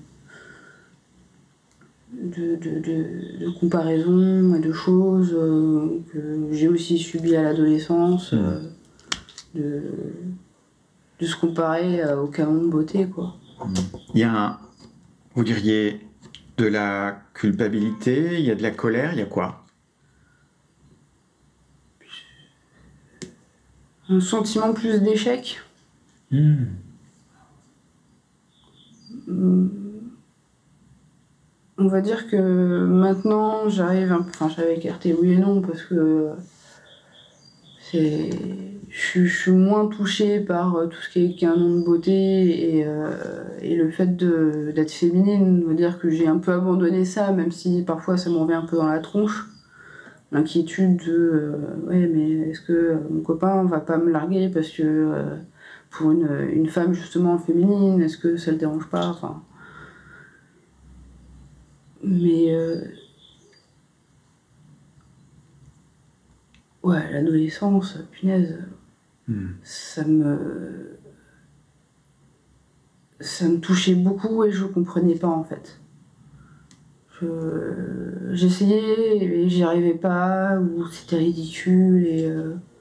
de comparaison et de choses que j'ai aussi subies à l'adolescence, de se comparer au canon de beauté, quoi. Il y a vous diriez, de la culpabilité, il y a de la colère, il y a quoi? Un sentiment plus d'échec. On va dire que maintenant j'arrive avec RT oui et non, parce que je suis moins touchée par tout ce qui est canon de beauté et le fait d'être féminine. On va dire que j'ai un peu abandonné ça, même si parfois ça me revient un peu dans la tronche. L'inquiétude de ouais, mais est-ce que mon copain va pas me larguer parce que pour une femme justement féminine, est-ce que ça le dérange pas, enfin. Mais ouais, l'adolescence, punaise, ça me touchait beaucoup et je comprenais pas, en fait. J'essayais et j'y arrivais pas, ou c'était ridicule et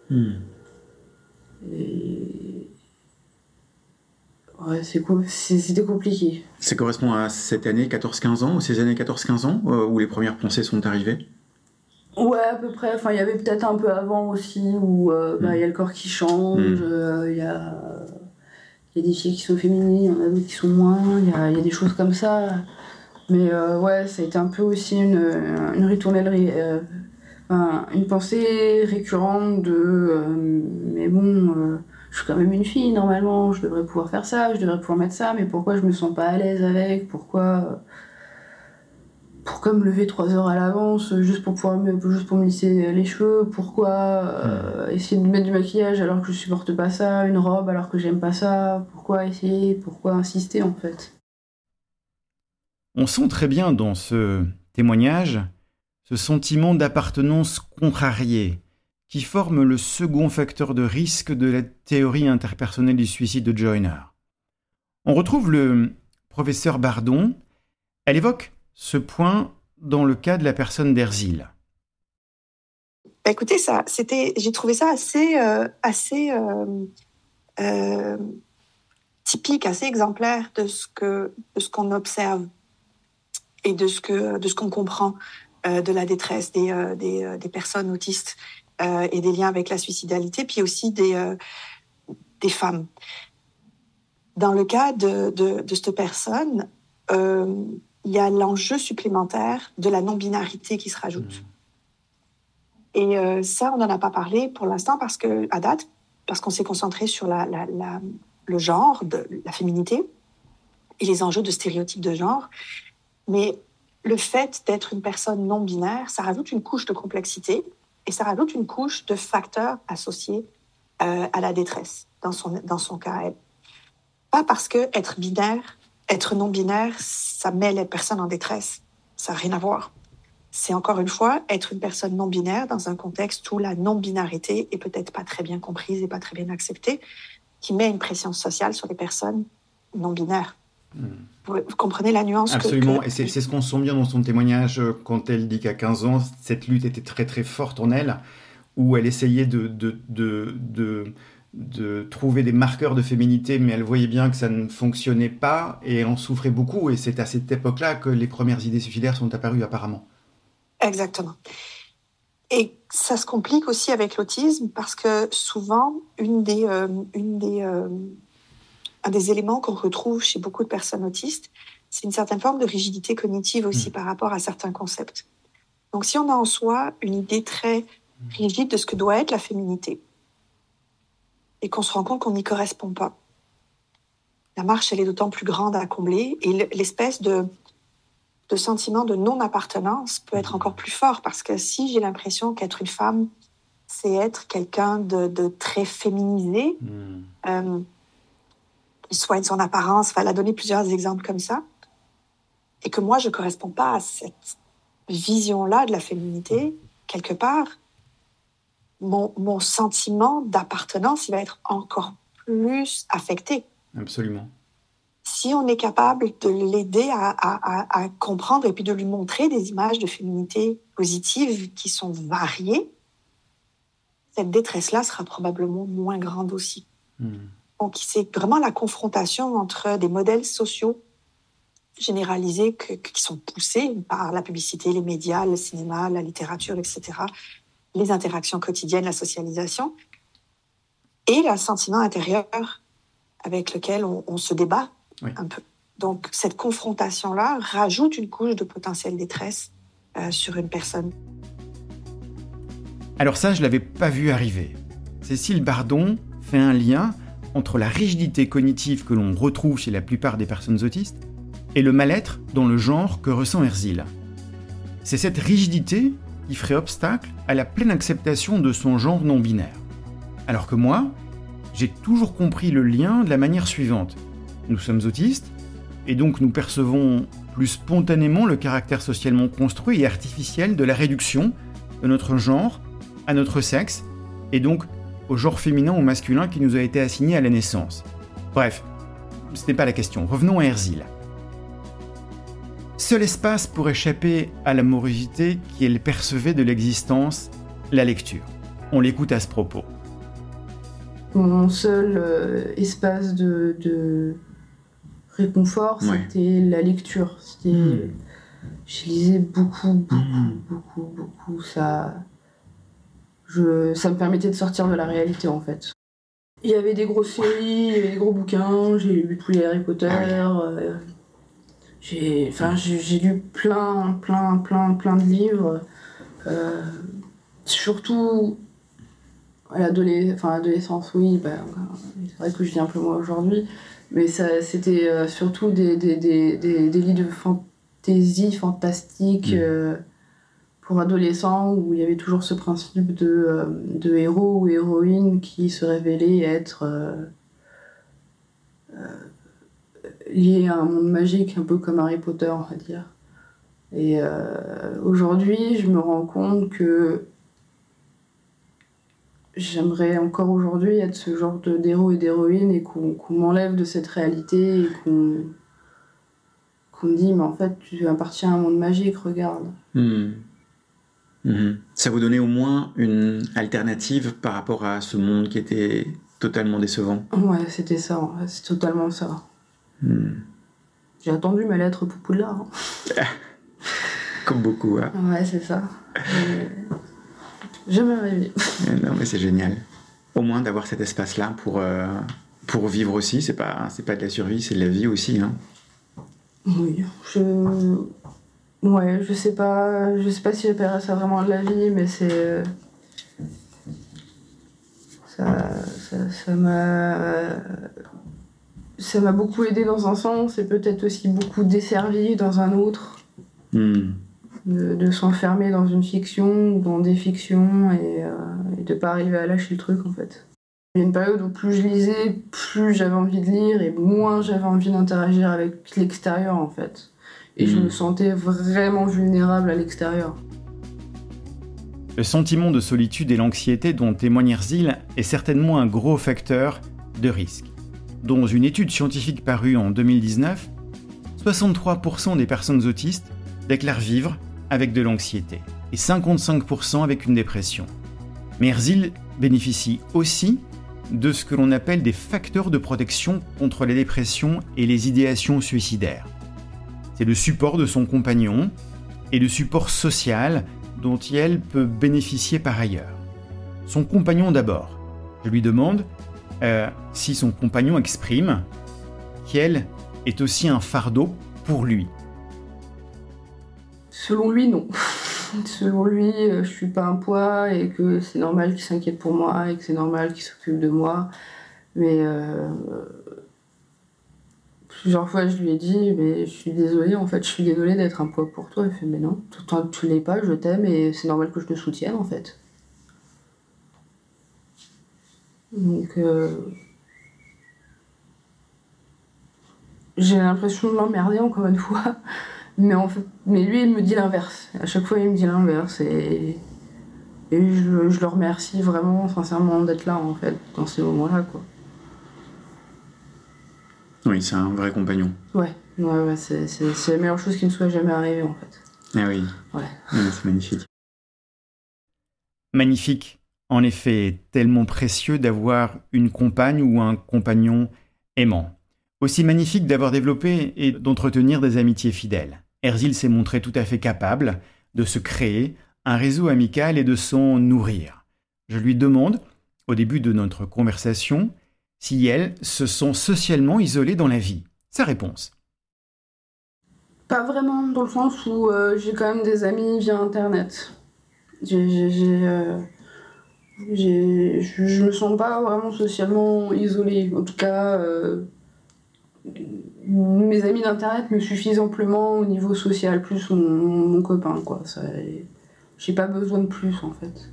ouais, c'était compliqué. Ça correspond à cette année 14-15 ans, ou ces années 14-15 ans, où les premières pensées sont arrivées? Ouais, à peu près. Enfin, il y avait peut-être un peu avant aussi, où y a le corps qui change, il y a des filles qui sont féminines, il y en a d'autres qui sont moins, il y a des choses comme ça. Mais ouais, ça a été un peu aussi une ritournelle, une pensée récurrente de mais bon, je suis quand même une fille, normalement, je devrais pouvoir faire ça, je devrais pouvoir mettre ça, mais pourquoi je me sens pas à l'aise avec, pourquoi me lever 3 heures à l'avance juste pour me lisser les cheveux, pourquoi essayer de mettre du maquillage alors que je supporte pas ça, une robe alors que j'aime pas ça, pourquoi insister en fait. On sent très bien dans ce témoignage ce sentiment d'appartenance contrariée qui forme le second facteur de risque de la théorie interpersonnelle du suicide de Joyner. On retrouve le professeur Bardon. Elle évoque ce point dans le cas de la personne d'Herzl. Écoutez, j'ai trouvé ça assez typique, assez exemplaire de ce qu'on observe et de ce qu'on comprend de la détresse des personnes autistes et des liens avec la suicidalité, puis aussi des femmes. Dans le cas de cette personne, il y a l'enjeu supplémentaire de la non-binarité qui se rajoute. Et ça, on n'en a pas parlé pour l'instant parce qu'on s'est concentré sur le genre, la féminité et les enjeux de stéréotypes de genre. Mais le fait d'être une personne non-binaire, ça rajoute une couche de complexité et ça rajoute une couche de facteurs associés à la détresse, dans son cas à elle. Pas parce que être non-binaire, ça met les personnes en détresse. Ça n'a rien à voir. C'est encore une fois être une personne non-binaire dans un contexte où la non-binarité est peut-être pas très bien comprise et pas très bien acceptée, qui met une pression sociale sur les personnes non-binaires. Vous comprenez la nuance? Absolument, et c'est ce qu'on sent bien dans son témoignage quand elle dit qu'à 15 ans, cette lutte était très très forte en elle, où elle essayait de trouver des marqueurs de féminité, mais elle voyait bien que ça ne fonctionnait pas, et elle en souffrait beaucoup, et c'est à cette époque-là que les premières idées suicidaires sont apparues apparemment. Exactement. Et ça se complique aussi avec l'autisme, parce que souvent, un des éléments qu'on retrouve chez beaucoup de personnes autistes, c'est une certaine forme de rigidité cognitive aussi par rapport à certains concepts. Donc, si on a en soi une idée très rigide de ce que doit être la féminité, et qu'on se rend compte qu'on n'y correspond pas, la marche, elle est d'autant plus grande à combler, et l'espèce de sentiment de non-appartenance peut être encore plus fort, parce que si j'ai l'impression qu'être une femme, c'est être quelqu'un de très féminisé, qui soigne son apparence, elle a donné plusieurs exemples comme ça, et que moi, je ne corresponds pas à cette vision-là de la féminité, quelque part, mon sentiment d'appartenance, il va être encore plus affecté. Absolument. Si on est capable de l'aider à comprendre et puis de lui montrer des images de féminité positives qui sont variées, cette détresse-là sera probablement moins grande aussi. Donc, c'est vraiment la confrontation entre des modèles sociaux généralisés qui sont poussés par la publicité, les médias, le cinéma, la littérature, etc., les interactions quotidiennes, la socialisation, et le sentiment intérieur avec lequel on se débat un peu. Donc, cette confrontation-là rajoute une couche de potentielle détresse sur une personne. Alors ça, je ne l'avais pas vu arriver. Cécile Bardon fait un lien entre la rigidité cognitive que l'on retrouve chez la plupart des personnes autistes et le mal-être dans le genre que ressent Herzl. C'est cette rigidité qui ferait obstacle à la pleine acceptation de son genre non-binaire. Alors que moi, j'ai toujours compris le lien de la manière suivante. Nous sommes autistes, et donc nous percevons plus spontanément le caractère socialement construit et artificiel de la réduction de notre genre à notre sexe, et donc au genre féminin ou masculin qui nous a été assigné à la naissance. Bref, ce n'est pas la question. Revenons à Herzl. Seul espace pour échapper à la morosité qu'elle percevait de l'existence, la lecture. On l'écoute à ce propos. Mon seul espace de réconfort, c'était la lecture. Je lisais beaucoup. Ça me permettait de sortir de la réalité, en fait. Il y avait des grosses séries, il y avait des gros bouquins, j'ai lu tous les Harry Potter, j'ai lu plein de livres. Surtout l'adolescence, oui, c'est vrai que je dis un peu moins aujourd'hui, mais ça, c'était surtout des livres de fantaisie fantastique pour adolescents, où il y avait toujours ce principe de héros ou héroïne qui se révélait être lié à un monde magique, un peu comme Harry Potter, on va dire. Et aujourd'hui, je me rends compte que j'aimerais encore aujourd'hui être ce genre d'héros et d'héroïne et qu'on m'enlève de cette réalité et qu'on me dit, mais en fait, tu appartiens à un monde magique, regarde. Ça vous donnait au moins une alternative par rapport à ce monde qui était totalement décevant? Ouais, c'était ça, c'est totalement ça. J'ai attendu ma lettre pour Poudlard. Comme beaucoup, hein. Ouais, c'est ça. Jamais rêvé. Non, mais c'est génial. Au moins d'avoir cet espace-là pour vivre aussi, c'est pas de la survie, c'est de la vie aussi, hein. Oui, je sais pas si j'appellerais ça vraiment de la vie, mais c'est ça m'a beaucoup aidé dans un sens et peut-être aussi beaucoup desservi dans un autre. De s'enfermer dans une fiction ou dans des fictions et de pas arriver à lâcher le truc, en fait. Il y a une période où plus je lisais, plus j'avais envie de lire et moins j'avais envie d'interagir avec l'extérieur, en fait. Et je me sentais vraiment vulnérable à l'extérieur. Le sentiment de solitude et l'anxiété dont témoigne Erzil est certainement un gros facteur de risque. Dans une étude scientifique parue en 2019, 63% des personnes autistes déclarent vivre avec de l'anxiété et 55% avec une dépression. Mais Erzil bénéficie aussi de ce que l'on appelle des facteurs de protection contre les dépressions et les idéations suicidaires. C'est le support de son compagnon et le support social dont elle peut bénéficier par ailleurs. Son compagnon d'abord. Je lui demande si son compagnon exprime qu'elle est aussi un fardeau pour lui. Selon lui, non. Selon lui, je suis pas un poids et que c'est normal qu'il s'inquiète pour moi et que c'est normal qu'il s'occupe de moi. Mais plusieurs fois, je lui ai dit, mais je suis désolée, en fait, je suis désolée d'être un poids pour toi. Il fait, mais non, toi, tu l'es pas, je t'aime et c'est normal que je te soutienne, en fait. Donc, j'ai l'impression de l'emmerder encore une fois. Mais lui, il me dit l'inverse. À chaque fois, il me dit l'inverse. Et je le remercie vraiment, sincèrement, d'être là, en fait, dans ces moments-là, quoi. Oui, c'est un vrai compagnon. Ouais, c'est la meilleure chose qui me soit jamais arrivée, en fait. Ah oui. Ouais. C'est magnifique. Magnifique. En effet, tellement précieux d'avoir une compagne ou un compagnon aimant. Aussi magnifique d'avoir développé et d'entretenir des amitiés fidèles. Erzil s'est montré tout à fait capable de se créer un réseau amical et de s'en nourrir. Je lui demande, au début de notre conversation, si elle se sent socialement isolée dans la vie. Sa réponse. Pas vraiment, dans le sens où j'ai quand même des amis via Internet. Je me sens pas vraiment socialement isolée. En tout cas, mes amis d'Internet me suffisent amplement au niveau social, plus mon copain, quoi. J'ai pas besoin de plus, en fait.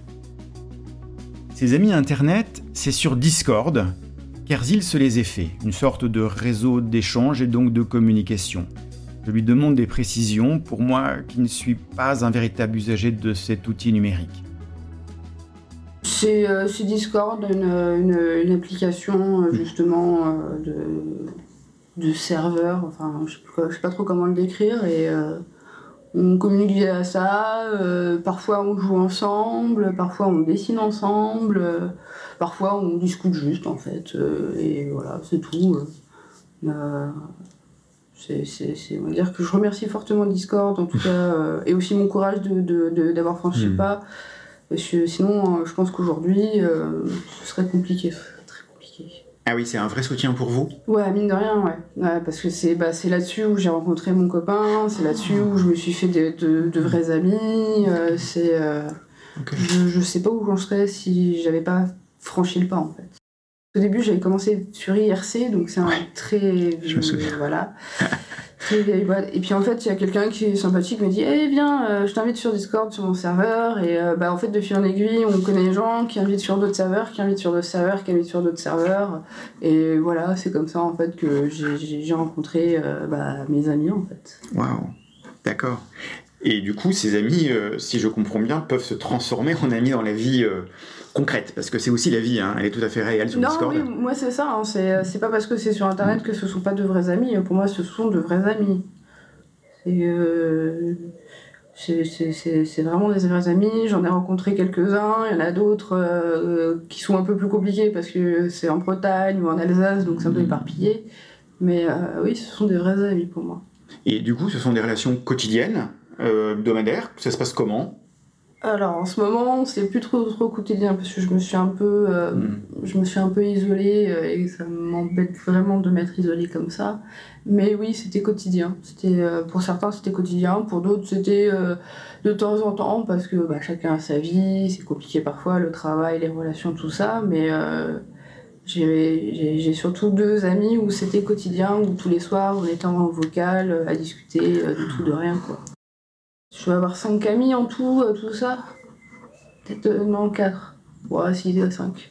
Ses amis Internet, c'est sur Discord qu'Erzil se les ait fait, une sorte de réseau d'échange et donc de communication. Je lui demande des précisions, pour moi qui ne suis pas un véritable usager de cet outil numérique. C'est Discord, une application justement de serveur, enfin je sais pas trop comment le décrire, et on communique via ça, parfois on joue ensemble, parfois on dessine ensemble, parfois on discute juste en fait, et voilà, c'est tout. On va dire que je remercie fortement Discord en tout cas, et aussi mon courage d'avoir franchi le pas. Parce que sinon, je pense qu'aujourd'hui, ce serait compliqué, très compliqué. Ah oui, c'est un vrai soutien pour vous ? Ouais, mine de rien, ouais. Parce que c'est là-dessus où j'ai rencontré mon copain, c'est là-dessus où je me suis fait de vrais amis, Okay. Je sais pas où j'en serais si j'avais pas franchi le pas, en fait. Au début, j'avais commencé sur IRC, donc c'est un très... Je me souviens. Voilà. Très vieille boîte. Et puis en fait, il y a quelqu'un qui est sympathique, me dit viens, je t'invite sur Discord, sur mon serveur. Et en fait, de fil en aiguille, on connaît les gens qui invitent sur d'autres serveurs, qui invitent sur d'autres serveurs, qui invitent sur d'autres serveurs. Et voilà, c'est comme ça en fait que j'ai rencontré mes amis en fait. Waouh, d'accord. Et du coup, ces amis, si je comprends bien, peuvent se transformer en amis dans la vie concrète, parce que c'est aussi la vie, hein, elle est tout à fait réelle sur Discord. Non, oui, moi c'est ça, hein, c'est pas parce que c'est sur Internet que ce sont pas de vrais amis. Pour moi, ce sont de vrais amis. C'est vraiment des vrais amis. J'en ai rencontré quelques-uns. Il y en a d'autres qui sont un peu plus compliqués parce que c'est en Bretagne ou en Alsace, donc c'est un peu éparpillé. Mais oui, ce sont des vrais amis pour moi. Et du coup, ce sont des relations quotidiennes, hebdomadaires. Ça se passe comment ? Alors en ce moment, c'est plus trop quotidien parce que je me suis un peu isolée et ça m'embête vraiment de m'être isolée comme ça. Mais oui, c'était quotidien. Pour certains, c'était quotidien. Pour d'autres, c'était de temps en temps parce que chacun a sa vie. C'est compliqué parfois, le travail, les relations, tout ça. Mais j'ai surtout 2 amis où c'était quotidien, où tous les soirs, on était en vocal à discuter de tout, de rien, quoi. Je vais avoir 5 amis en tout, tout ça. Peut-être, non, 4. Ouais, 6, 5.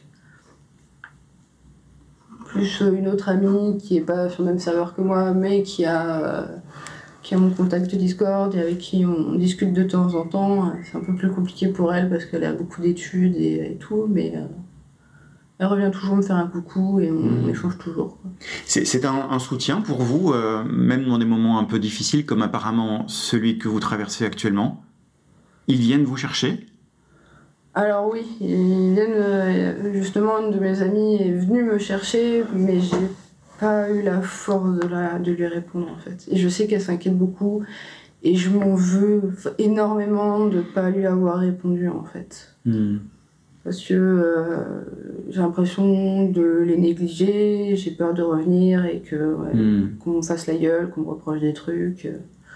Plus une autre amie qui est pas sur le même serveur que moi, mais qui a mon contact Discord et avec qui on discute de temps en temps. C'est un peu plus compliqué pour elle parce qu'elle a beaucoup d'études et tout, mais elle revient toujours me faire un coucou et on échange toujours, quoi. C'est un soutien pour vous, même dans des moments un peu difficiles, comme apparemment celui que vous traversez actuellement. Ils viennent vous chercher ? Alors oui, ils viennent, justement, une de mes amies est venue me chercher, mais j'ai pas eu la force de lui répondre en fait. Et je sais qu'elle s'inquiète beaucoup, et je m'en veux énormément de pas lui avoir répondu en fait. Parce que j'ai l'impression de les négliger, j'ai peur de revenir et qu'on me fasse la gueule, qu'on me reproche des trucs.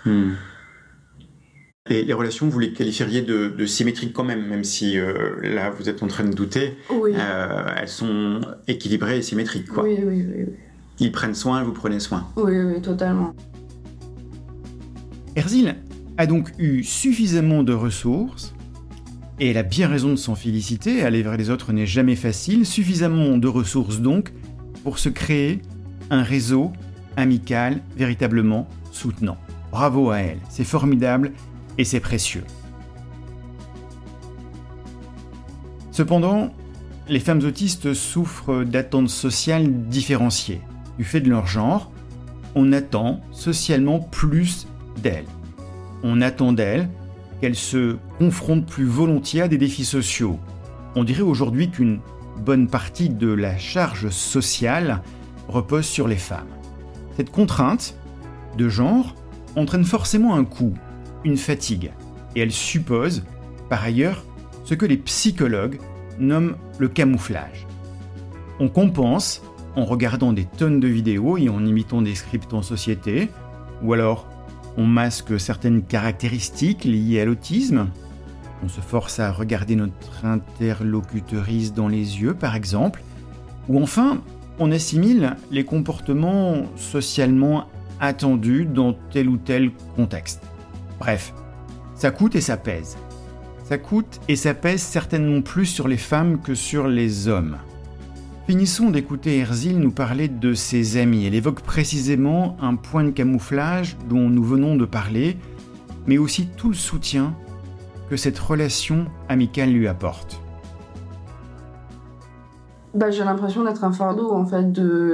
Les relations, vous les qualifieriez de symétriques quand même si là vous êtes en train de douter. Oui. Elles sont équilibrées et symétriques, quoi. Oui. Ils prennent soin, vous prenez soin. Oui, totalement. Erzil a donc eu suffisamment de ressources, et elle a bien raison de s'en féliciter, aller vers les autres n'est jamais facile, suffisamment de ressources donc pour se créer un réseau amical véritablement soutenant. Bravo à elle, c'est formidable et c'est précieux. Cependant, les femmes autistes souffrent d'attentes sociales différenciées. Du fait de leur genre, on attend socialement plus d'elles. On attend d'elles qu'elles se confrontent plus volontiers à des défis sociaux. On dirait aujourd'hui qu'une bonne partie de la charge sociale repose sur les femmes. Cette contrainte de genre entraîne forcément un coût, une fatigue, et elle suppose, par ailleurs, ce que les psychologues nomment le camouflage. On compense en regardant des tonnes de vidéos et en imitant des scripts en société, ou alors on masque certaines caractéristiques liées à l'autisme. On se force à regarder notre interlocutrice dans les yeux, par exemple. Ou enfin, on assimile les comportements socialement attendus dans tel ou tel contexte. Bref, ça coûte et ça pèse. Ça coûte et ça pèse certainement plus sur les femmes que sur les hommes. Finissons d'écouter Erzil nous parler de ses amis. Elle évoque précisément un point de camouflage dont nous venons de parler, mais aussi tout le soutien que cette relation amicale lui apporte. J'ai l'impression d'être un fardeau, en fait,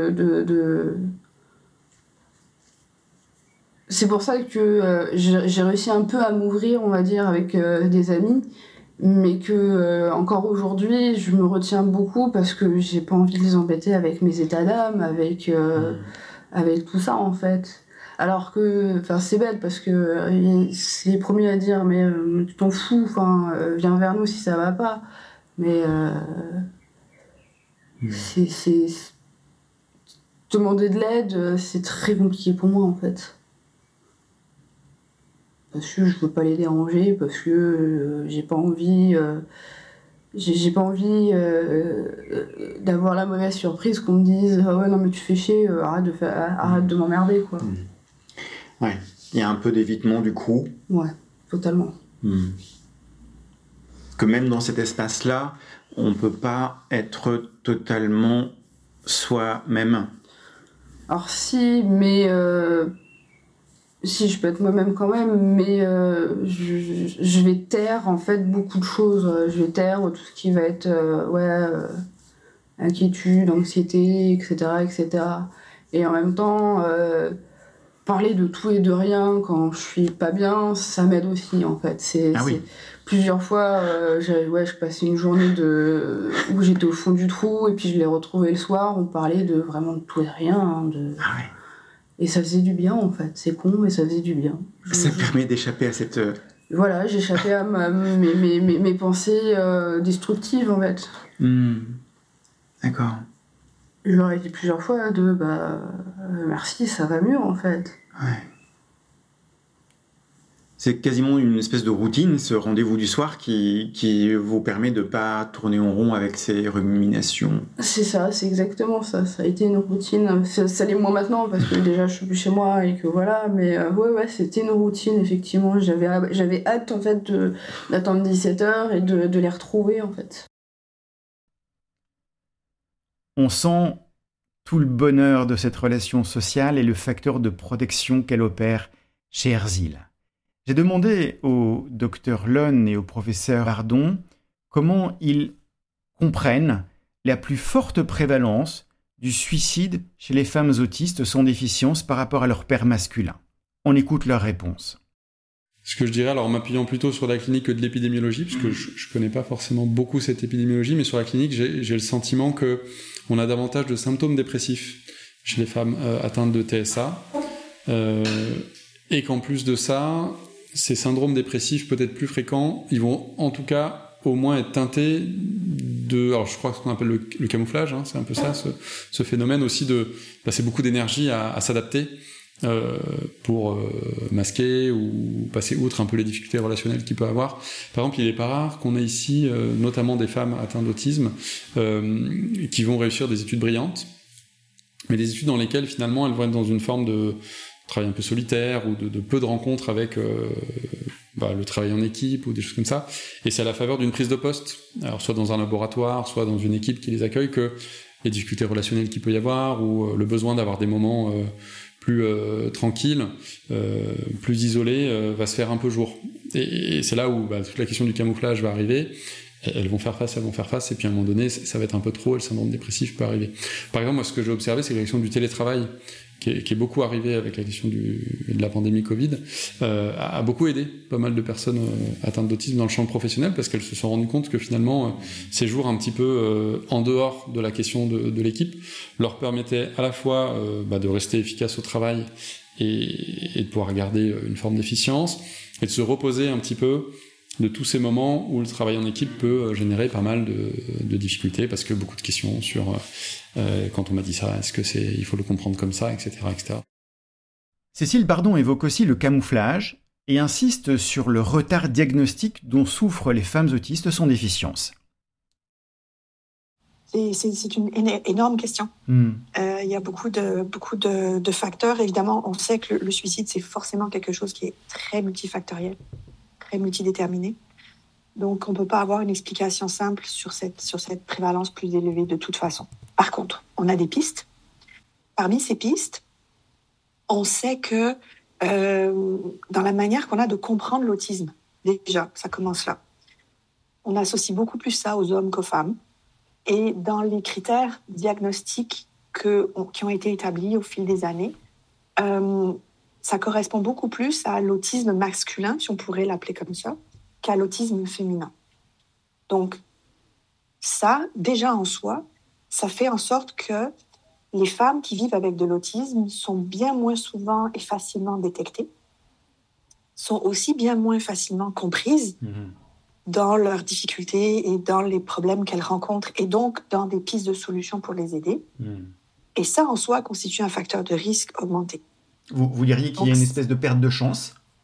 C'est pour ça que j'ai réussi un peu à m'ouvrir, on va dire, avec des amis, mais que encore aujourd'hui, je me retiens beaucoup parce que j'ai pas envie de les embêter avec mes états d'âme, avec tout ça, en fait. Alors que, c'est bête parce que c'est les premiers à dire mais tu t'en fous, viens vers nous si ça va pas. Mais c'est demander de l'aide, c'est très compliqué pour moi en fait. parce que je veux pas les déranger, parce que j'ai pas envie d'avoir la mauvaise surprise qu'on me dise ah ouais non mais tu fais chier, arrête de m'emmerder quoi. Ouais, il y a un peu d'évitement du coup. Ouais, totalement. Que même dans cet espace-là, on peut pas être totalement soi-même. Alors si, mais si je peux être moi-même quand même, mais je vais taire en fait beaucoup de choses. Je vais taire tout ce qui va être inquiétude, anxiété, etc., etc. Et en même temps, parler de tout et de rien quand je suis pas bien, ça m'aide aussi en fait. Oui. Plusieurs fois, je passais une journée où j'étais au fond du trou et puis je l'ai retrouvé le soir. On parlait de vraiment de tout et de rien. Et ça faisait du bien en fait. C'est con, mais ça faisait du bien. Ça permet d'échapper à cette... Voilà, j'échappais à mes pensées destructives en fait. D'accord. Je leur ai dit plusieurs fois merci, ça va mieux en fait. Ouais. C'est quasiment une espèce de routine, ce rendez-vous du soir qui vous permet de pas tourner en rond avec ces ruminations. C'est ça, c'est exactement ça. Ça a été une routine. Ça l'est moins maintenant parce que déjà je suis plus chez moi et que voilà. Mais ouais, c'était une routine effectivement. J'avais hâte en fait d'attendre 17h et de les retrouver en fait. On sent tout le bonheur de cette relation sociale et le facteur de protection qu'elle opère chez Herzl. J'ai demandé au docteur Lonne et au professeur Ardon comment ils comprennent la plus forte prévalence du suicide chez les femmes autistes sans déficience par rapport à leur père masculin. On écoute leur réponse. Ce que je dirais, alors en m'appuyant plutôt sur la clinique que de l'épidémiologie, parce que je connais pas forcément beaucoup cette épidémiologie, mais sur la clinique, j'ai le sentiment que on a davantage de symptômes dépressifs chez les femmes atteintes de TSA, et qu'en plus de ça, ces syndromes dépressifs peut-être plus fréquents, ils vont en tout cas au moins être teintés de, alors je crois que ce qu'on appelle le camouflage, c'est un peu ça, ce phénomène aussi de passer beaucoup d'énergie à s'adapter pour masquer ou passer outre un peu les difficultés relationnelles qu'il peut avoir. Par exemple, il n'est pas rare qu'on ait ici notamment des femmes atteintes d'autisme qui vont réussir des études brillantes, mais des études dans lesquelles finalement elles vont être dans une forme de travail un peu solitaire ou de peu de rencontres avec le travail en équipe ou des choses comme ça. Et c'est à la faveur d'une prise de poste, alors soit dans un laboratoire, soit dans une équipe qui les accueille, que les difficultés relationnelles qu'il peut y avoir ou le besoin d'avoir des moments plus tranquille, plus isolé, va se faire un peu jour. Et c'est là où toute la question du camouflage va arriver. Elles vont faire face, et puis à un moment donné, ça va être un peu trop, et le syndrome dépressif peut arriver. Par exemple, moi, ce que j'ai observé, c'est que la question du télétravail, qui est beaucoup arrivé avec la question de la pandémie Covid, a beaucoup aidé pas mal de personnes atteintes d'autisme dans le champ professionnel, parce qu'elles se sont rendues compte que finalement, ces jours un petit peu en dehors de la question de l'équipe leur permettaient à la fois de rester efficaces au travail et de pouvoir garder une forme d'efficience, et de se reposer un petit peu de tous ces moments où le travail en équipe peut générer pas mal de difficultés, parce que beaucoup de questions sur quand on m'a dit ça, est-ce que il faut le comprendre comme ça, etc., etc. Cécile Bardon évoque aussi le camouflage et insiste sur le retard diagnostique dont souffrent les femmes autistes sans déficience. C'est une énorme question. Il y a beaucoup de facteurs. Évidemment, on sait que le suicide, c'est forcément quelque chose qui est très multifactoriel, très multidéterminé. Donc, on ne peut pas avoir une explication simple sur cette prévalence plus élevée de toute façon. Par contre, on a des pistes. Parmi ces pistes, on sait que dans la manière qu'on a de comprendre l'autisme, déjà, ça commence là. On associe beaucoup plus ça aux hommes qu'aux femmes. Et dans les critères diagnostiques qui ont été établis au fil des années, ça correspond beaucoup plus à l'autisme masculin, si on pourrait l'appeler comme ça, qu'à l'autisme féminin. Donc, ça, déjà en soi, ça fait en sorte que les femmes qui vivent avec de l'autisme sont bien moins souvent et facilement détectées, sont aussi bien moins facilement comprises dans leurs difficultés et dans les problèmes qu'elles rencontrent, et donc dans des pistes de solutions pour les aider. Et ça, en soi, constitue un facteur de risque augmenté. Vous diriez qu'il y a une espèce de perte de chance ?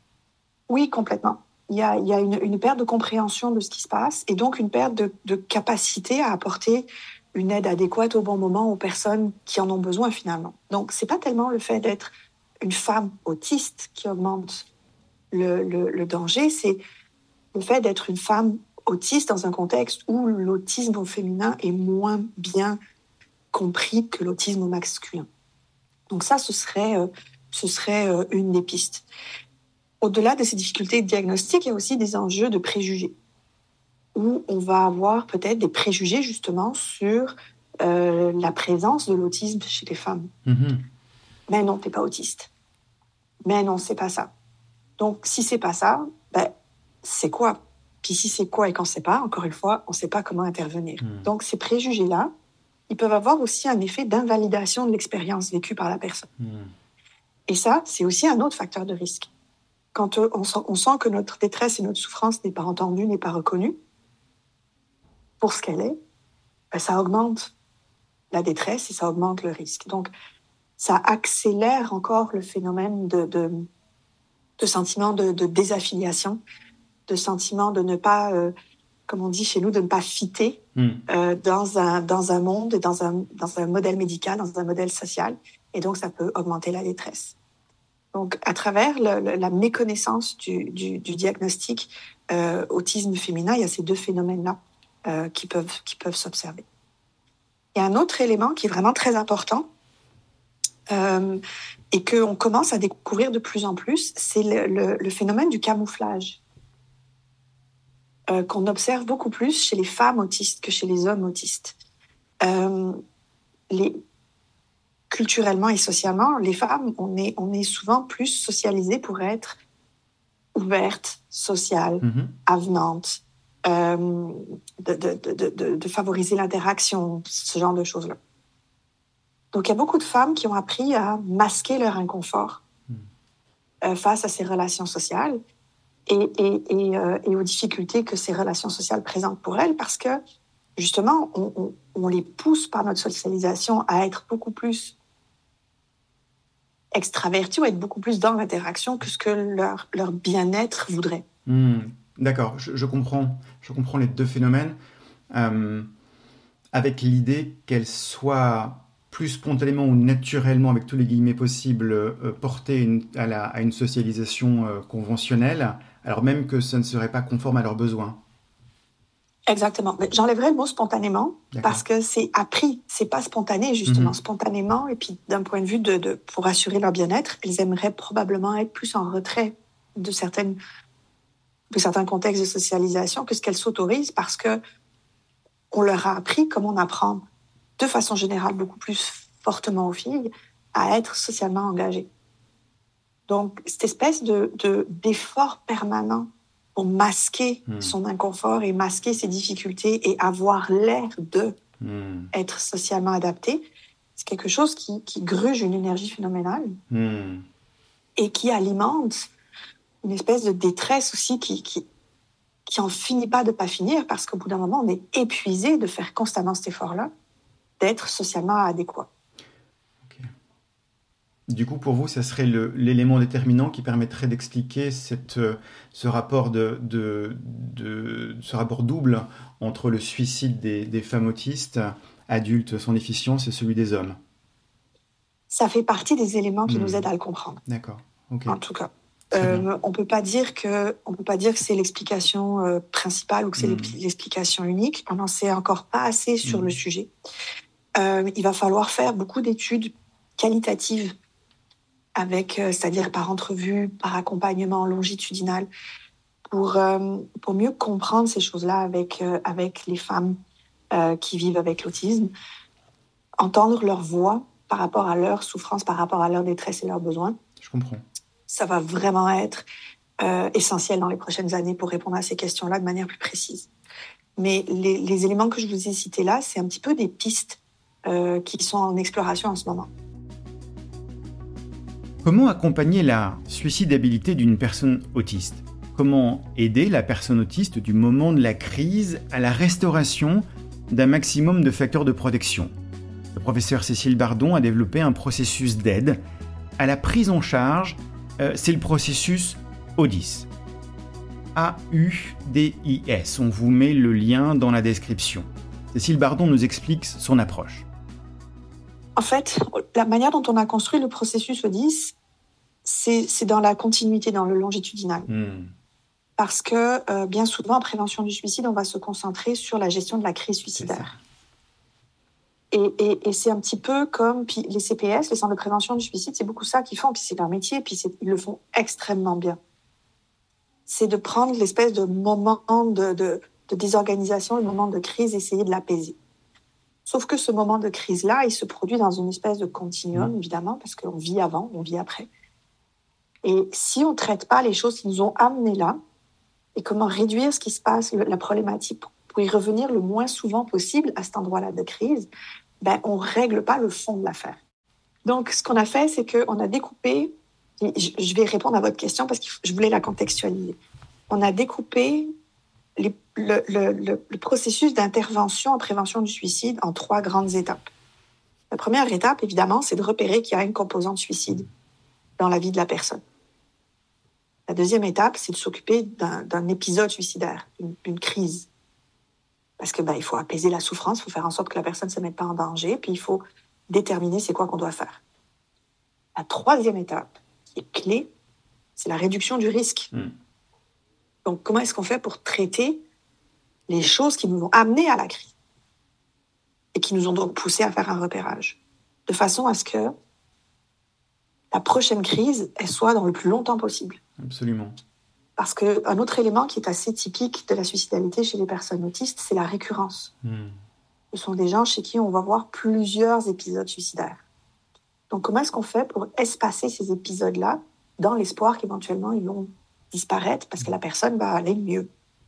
Oui, complètement. Il y a une perte de compréhension de ce qui se passe et donc une perte de capacité à apporter une aide adéquate au bon moment aux personnes qui en ont besoin finalement. Donc, c'est pas tellement le fait d'être une femme autiste qui augmente le danger, c'est le fait d'être une femme autiste dans un contexte où l'autisme au féminin est moins bien compris que l'autisme au masculin. Donc ça, ce serait une des pistes. Au-delà de ces difficultés de diagnostic, il y a aussi des enjeux de préjugés, où on va avoir peut-être des préjugés justement sur la présence de l'autisme chez les femmes. Mm-hmm. Mais non, t'es pas autiste. Mais non, c'est pas ça. Donc, si c'est pas ça, c'est quoi? Puis si c'est quoi et quand c'est pas, encore une fois, on sait pas comment intervenir. Donc, ces préjugés-là, ils peuvent avoir aussi un effet d'invalidation de l'expérience vécue par la personne. Et ça, c'est aussi un autre facteur de risque. Quand on sent que notre détresse et notre souffrance n'est pas entendue, n'est pas reconnue pour ce qu'elle est, ça augmente la détresse et ça augmente le risque. Donc, ça accélère encore le phénomène de sentiment de désaffiliation, de sentiment de ne pas, comme on dit chez nous, de ne pas fitter dans un monde, dans un modèle médical, dans un modèle social. Et donc, ça peut augmenter la détresse. Donc, à travers la méconnaissance du diagnostic autisme féminin, il y a ces deux phénomènes-là qui peuvent s'observer. Il y a un autre élément qui est vraiment très important et qu'on commence à découvrir de plus en plus, c'est le phénomène du camouflage qu'on observe beaucoup plus chez les femmes autistes que chez les hommes autistes. Culturellement et socialement, les femmes, on est souvent plus socialisées pour être ouvertes, sociales, avenantes, de favoriser l'interaction, ce genre de choses-là. Donc, il y a beaucoup de femmes qui ont appris à masquer leur inconfort face à ces relations sociales et aux difficultés que ces relations sociales présentent pour elles parce que, justement, on les pousse par notre socialisation à être beaucoup plus extravertis ou à être beaucoup plus dans l'interaction que ce que leur bien-être voudrait. D'accord, je comprends les deux phénomènes avec l'idée qu'elles soient plus spontanément ou naturellement, avec tous les guillemets possibles, portées à une socialisation conventionnelle, alors même que ça ne serait pas conforme à leurs besoins. Exactement. Mais j'enlèverais le mot spontanément parce que c'est appris, c'est pas spontané justement, spontanément. Et puis d'un point de vue pour assurer leur bien-être, elles aimeraient probablement être plus en retrait de certains contextes de socialisation que ce qu'elles s'autorisent parce que on leur a appris, comme on apprend de façon générale beaucoup plus fortement aux filles, à être socialement engagées. Donc cette espèce d'effort permanent pour masquer son inconfort et masquer ses difficultés et avoir l'air être socialement adapté, c'est quelque chose qui gruge une énergie phénoménale et qui alimente une espèce de détresse aussi qui en finit pas de pas finir parce qu'au bout d'un moment, on est épuisé de faire constamment cet effort-là, d'être socialement adéquat. Du coup, pour vous, ça serait l'élément déterminant qui permettrait d'expliquer ce rapport ce rapport double entre le suicide des femmes autistes, adultes sans déficience, et celui des hommes. Ça fait partie des éléments qui nous aident à le comprendre. D'accord. Okay. En tout cas, on peut pas dire que c'est l'explication principale ou que c'est l'explication unique. On n'en sait encore pas assez sur le sujet. Il va falloir faire beaucoup d'études qualitatives c'est-à-dire par entrevue, par accompagnement longitudinal, pour mieux comprendre ces choses-là avec les femmes qui vivent avec l'autisme, entendre leur voix par rapport à leur souffrance, par rapport à leur détresse et leurs besoins. Je comprends. Ça va vraiment être essentiel dans les prochaines années pour répondre à ces questions-là de manière plus précise. Mais les éléments que je vous ai cités là, c'est un petit peu des pistes qui sont en exploration en ce moment. Comment accompagner la suicidabilité d'une personne autiste ? Comment aider la personne autiste du moment de la crise à la restauration d'un maximum de facteurs de protection ? Le professeur Cécile Bardon a développé un processus d'aide à la prise en charge, c'est le processus AUDIS. AUDIS. On vous met le lien dans la description. Cécile Bardon nous explique son approche. En fait, la manière dont on a construit le processus EDIS, c'est dans la continuité, dans le longitudinal. Parce que bien souvent, en prévention du suicide, on va se concentrer sur la gestion de la crise suicidaire. Et c'est un petit peu comme puis les CPS, les centres de prévention du suicide, c'est beaucoup ça qu'ils font, puis c'est leur métier, puis ils le font extrêmement bien. C'est de prendre l'espèce de moment de désorganisation, le moment de crise, essayer de l'apaiser. Sauf que ce moment de crise-là, il se produit dans une espèce de continuum, évidemment, parce qu'on vit avant, on vit après. Et si on ne traite pas les choses qui nous ont amenés là, et comment réduire ce qui se passe, la problématique, pour y revenir le moins souvent possible à cet endroit-là de crise, on ne règle pas le fond de l'affaire. Donc, ce qu'on a fait, c'est qu'on a découpé, et je vais répondre à votre question parce que je voulais la contextualiser. On a découpé le processus d'intervention en prévention du suicide en 3 grandes étapes. La première étape, évidemment, c'est de repérer qu'il y a une composante suicide dans la vie de la personne. La deuxième étape, c'est de s'occuper d'un épisode suicidaire, d'une crise. Parce que il faut apaiser la souffrance, il faut faire en sorte que la personne ne se mette pas en danger, puis il faut déterminer c'est quoi qu'on doit faire. La troisième étape, qui est clé, c'est la réduction du risque. Donc, comment est-ce qu'on fait pour traiter les choses qui nous ont amenés à la crise et qui nous ont donc poussés à faire un repérage, de façon à ce que la prochaine crise, elle soit dans le plus longtemps possible. Absolument. Parce qu'un autre élément qui est assez typique de la suicidalité chez les personnes autistes, c'est la récurrence. Ce sont des gens chez qui on va voir plusieurs épisodes suicidaires. Donc, comment est-ce qu'on fait pour espacer ces épisodes-là dans l'espoir qu'éventuellement ils vont disparaître parce que la personne va aller mieux?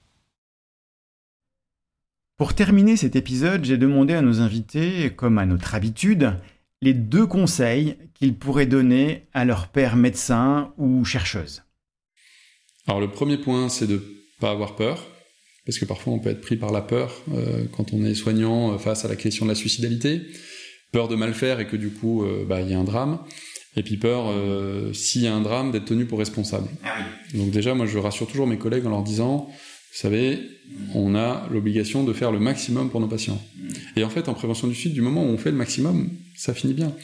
Pour terminer cet épisode, j'ai demandé à nos invités, comme à notre habitude, les 2 conseils qu'ils pourraient donner à leur père médecin ou chercheuse. Alors le premier point, c'est de ne pas avoir peur, parce que parfois on peut être pris par la peur quand on est soignant face à la question de la suicidalité, peur de mal faire et que du coup il y a un drame, et puis peur, s'il y a un drame, d'être tenu pour responsable. Donc déjà, moi je rassure toujours mes collègues en leur disant, vous savez, on a l'obligation de faire le maximum pour nos patients. Et en fait, en prévention du suicide, du moment où on fait le maximum, ça finit bien.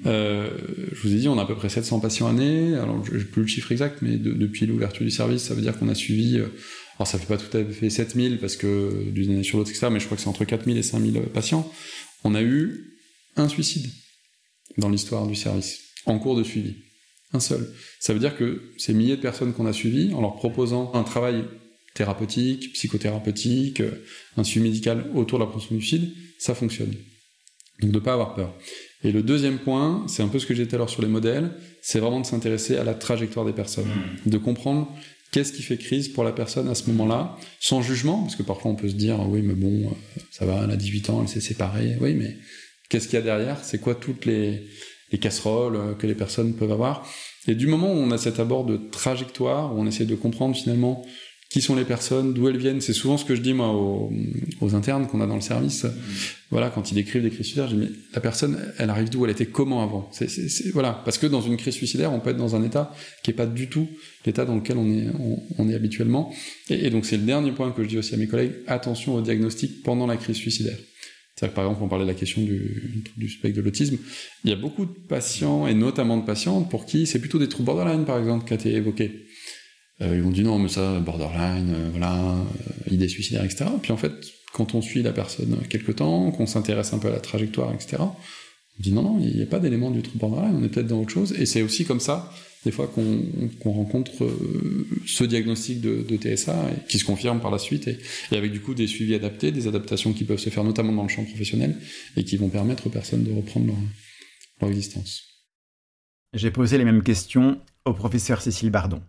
Je vous ai dit, on a à peu près 700 patients année. Alors, je n'ai plus le chiffre exact, mais depuis l'ouverture du service, ça veut dire qu'on a suivi... alors, ça ne fait pas tout à fait 7000, parce que d'une année sur l'autre, etc., mais je crois que c'est entre 4000 et 5000 patients. On a eu un suicide dans l'histoire du service, en cours de suivi. Un seul. Ça veut dire que ces milliers de personnes qu'on a suivies, en leur proposant un travail thérapeutique, psychothérapeutique, un suivi médical autour de la prévention du suicide, ça fonctionne. Donc de ne pas avoir peur. Et le deuxième point, c'est un peu ce que j'ai dit tout à l'heure sur les modèles, c'est vraiment de s'intéresser à la trajectoire des personnes, de comprendre qu'est-ce qui fait crise pour la personne à ce moment-là, sans jugement, parce que parfois on peut se dire, oui mais bon, ça va, elle a 18 ans, elle s'est séparée, oui mais qu'est-ce qu'il y a derrière? C'est quoi toutes les casseroles que les personnes peuvent avoir? Et du moment où on a cet abord de trajectoire, où on essaie de comprendre finalement qui sont les personnes, d'où elles viennent. C'est souvent ce que je dis, moi, aux internes qu'on a dans le service. Voilà, quand ils décrivent des crises suicidaires, je dis, mais la personne, elle arrive d'où? Elle était comment avant? Voilà. Parce que dans une crise suicidaire, on peut être dans un état qui est pas du tout l'état dans lequel on est habituellement. Et donc, c'est le dernier point que je dis aussi à mes collègues. Attention au diagnostic pendant la crise suicidaire. C'est-à-dire que, par exemple, on parlait de la question du spectre de l'autisme. Il y a beaucoup de patients, et notamment de patientes, pour qui c'est plutôt des troubles borderline, par exemple, qui a été évoqué. Ils vont dire non mais ça borderline, idée suicidaire, etc. Puis en fait quand on suit la personne quelque temps, qu'on s'intéresse un peu à la trajectoire, etc. On dit non il n'y a pas d'élément du trouble borderline, on est peut-être dans autre chose. Et c'est aussi comme ça des fois qu'on rencontre ce diagnostic de TSA et qui se confirme par la suite et avec du coup des suivis adaptés, des adaptations qui peuvent se faire notamment dans le champ professionnel et qui vont permettre aux personnes de reprendre leur existence. J'ai posé les mêmes questions au professeur Cécile Bardon.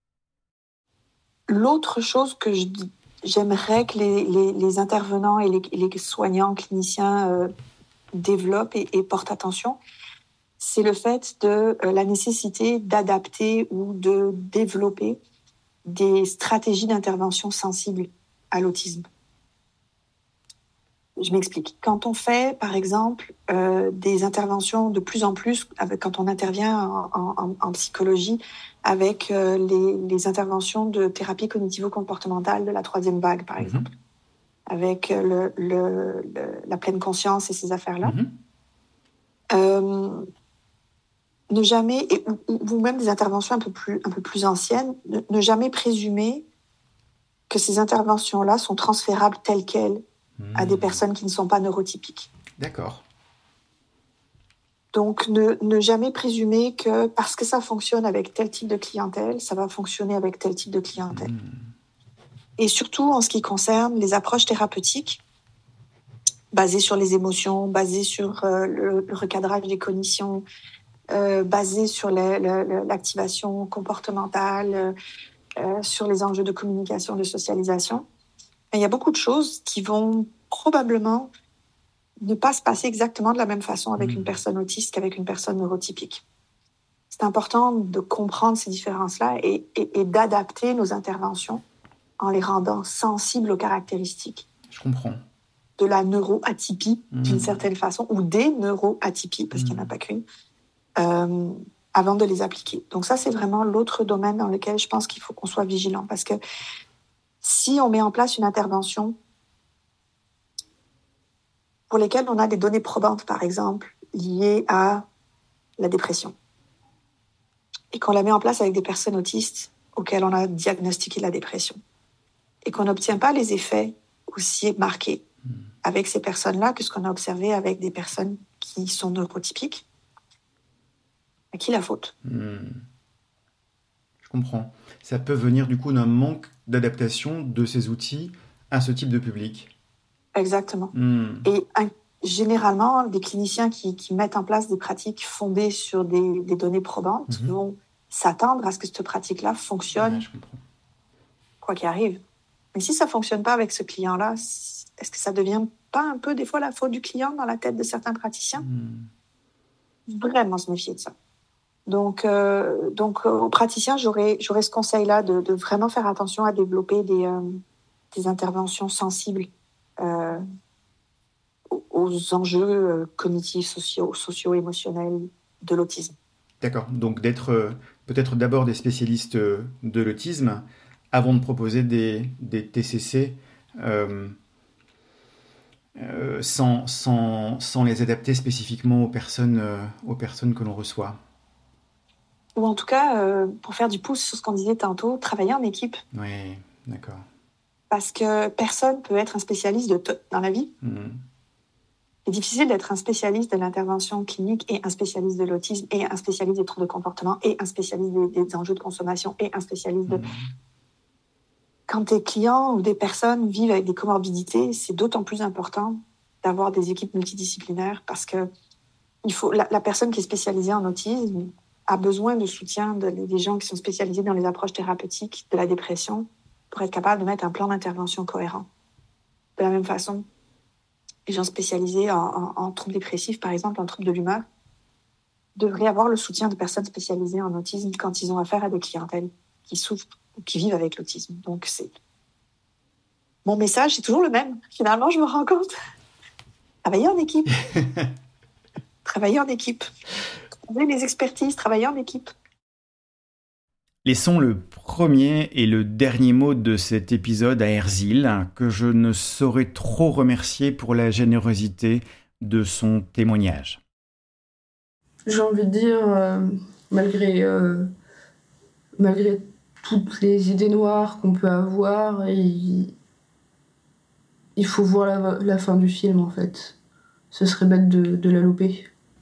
L'autre chose que j'aimerais que les intervenants et les soignants, cliniciens développent et portent attention, c'est le fait de la nécessité d'adapter ou de développer des stratégies d'intervention sensibles à l'autisme. Je m'explique. Quand on fait, par exemple, des interventions de plus en plus, quand on intervient en psychologie, avec les interventions de thérapie cognitivo-comportementale de la 3e vague, par exemple, avec la pleine conscience et ces affaires-là, ne jamais, ou même des interventions un peu plus anciennes, ne jamais présumer que ces interventions-là sont transférables telles quelles à des personnes qui ne sont pas neurotypiques. D'accord. Donc, ne jamais présumer que parce que ça fonctionne avec tel type de clientèle, ça va fonctionner avec tel type de clientèle. Et surtout, en ce qui concerne les approches thérapeutiques, basées sur les émotions, basées sur le recadrage des cognitions, basées sur l'activation comportementale, sur les enjeux de communication, de socialisation. Il y a beaucoup de choses qui vont probablement ne pas se passer exactement de la même façon avec une personne autiste qu'avec une personne neurotypique. C'est important de comprendre ces différences-là et d'adapter nos interventions en les rendant sensibles aux caractéristiques. Je comprends. De la neuroatypie, d'une certaine façon, ou des neuroatypies, parce qu'il n'y en a pas qu'une, avant de les appliquer. Donc ça, c'est vraiment l'autre domaine dans lequel je pense qu'il faut qu'on soit vigilant, parce que si on met en place une intervention pour lesquelles on a des données probantes, par exemple, liées à la dépression, et qu'on la met en place avec des personnes autistes auxquelles on a diagnostiqué la dépression, et qu'on n'obtient pas les effets aussi marqués avec ces personnes-là que ce qu'on a observé avec des personnes qui sont neurotypiques, à qui la faute? Je comprends. Ça peut venir du coup d'un manque d'adaptation de ces outils à ce type de public. Exactement. Et généralement, des cliniciens qui mettent en place des pratiques fondées sur des données probantes vont s'attendre à ce que cette pratique-là fonctionne, quoi qu'il arrive. Mais si ça ne fonctionne pas avec ce client-là, est-ce que ça ne devient pas un peu des fois la faute du client dans la tête de certains praticiens? Vraiment se méfier de ça. Donc aux praticiens, j'aurais ce conseil-là de vraiment faire attention à développer des interventions sensibles aux enjeux cognitifs, socio-émotionnels de l'autisme. D'accord. Donc d'être peut-être d'abord des spécialistes de l'autisme avant de proposer des TCC sans les adapter spécifiquement aux personnes que l'on reçoit. Ou en tout cas, pour faire du pouce sur ce qu'on disait tantôt, travailler en équipe. Oui, d'accord. Parce que personne ne peut être un spécialiste de tout dans la vie. C'est difficile d'être un spécialiste de l'intervention clinique et un spécialiste de l'autisme et un spécialiste des troubles de comportement et un spécialiste des enjeux de consommation et un spécialiste de... Quand tes clients ou des personnes vivent avec des comorbidités, c'est d'autant plus important d'avoir des équipes multidisciplinaires parce que la personne qui est spécialisée en autisme a besoin de soutien des gens qui sont spécialisés dans les approches thérapeutiques de la dépression pour être capable de mettre un plan d'intervention cohérent. De la même façon, les gens spécialisés en troubles dépressifs, par exemple, en troubles de l'humeur, devraient avoir le soutien de personnes spécialisées en autisme quand ils ont affaire à des clientèles qui souffrent ou qui vivent avec l'autisme. Donc, mon message, c'est toujours le même. Finalement, je me rends compte. Travailler en équipe. Travailler en équipe. Trouver les expertises, travailler en équipe. Laissons le premier et le dernier mot de cet épisode à Erzil, que je ne saurais trop remercier pour la générosité de son témoignage. J'ai envie de dire, malgré toutes les idées noires qu'on peut avoir, il faut voir la fin du film, en fait. Ce serait bête de la louper.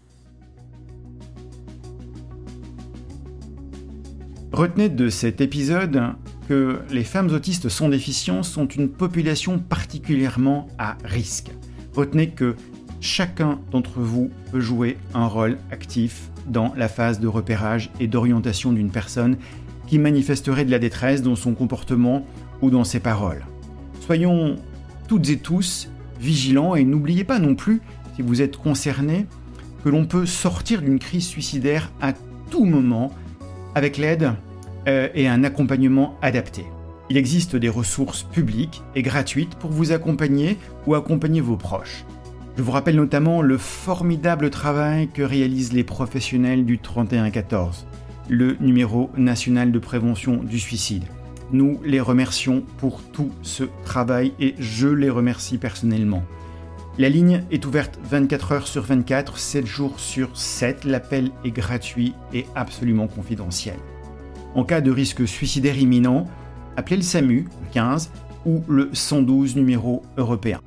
Retenez de cet épisode que les femmes autistes sans déficience sont une population particulièrement à risque. Retenez que chacun d'entre vous peut jouer un rôle actif dans la phase de repérage et d'orientation d'une personne qui manifesterait de la détresse dans son comportement ou dans ses paroles. Soyons toutes et tous vigilants et n'oubliez pas non plus, si vous êtes concernés, que l'on peut sortir d'une crise suicidaire à tout moment avec l'aide et un accompagnement adapté. Il existe des ressources publiques et gratuites pour vous accompagner ou accompagner vos proches. Je vous rappelle notamment le formidable travail que réalisent les professionnels du 3114, le numéro national de prévention du suicide. Nous les remercions pour tout ce travail et je les remercie personnellement. La ligne est ouverte 24 heures sur 24, 7 jours sur 7. L'appel est gratuit et absolument confidentiel. En cas de risque suicidaire imminent, appelez le SAMU, le 15, ou le 112 numéro européen.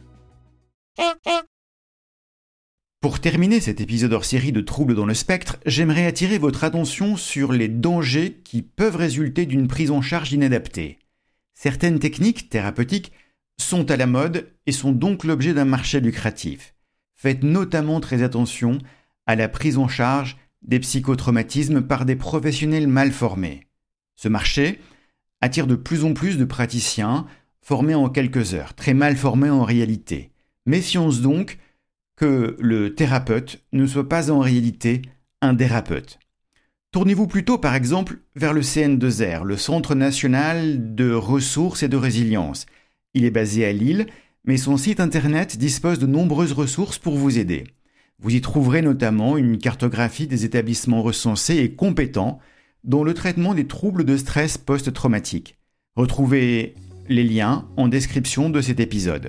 Pour terminer cet épisode hors série de Troubles dans le spectre, j'aimerais attirer votre attention sur les dangers qui peuvent résulter d'une prise en charge inadaptée. Certaines techniques thérapeutiques sont à la mode et sont donc l'objet d'un marché lucratif. Faites notamment très attention à la prise en charge des psychotraumatismes par des professionnels mal formés. Ce marché attire de plus en plus de praticiens formés en quelques heures, très mal formés en réalité. Méfiance donc que le thérapeute ne soit pas en réalité un dérapeute. Tournez-vous plutôt par exemple vers le CN2R, le Centre national de ressources et de résilience. Il est basé à Lille, mais son site internet dispose de nombreuses ressources pour vous aider. Vous y trouverez notamment une cartographie des établissements recensés et compétents dans le traitement des troubles de stress post-traumatique. Retrouvez les liens en description de cet épisode.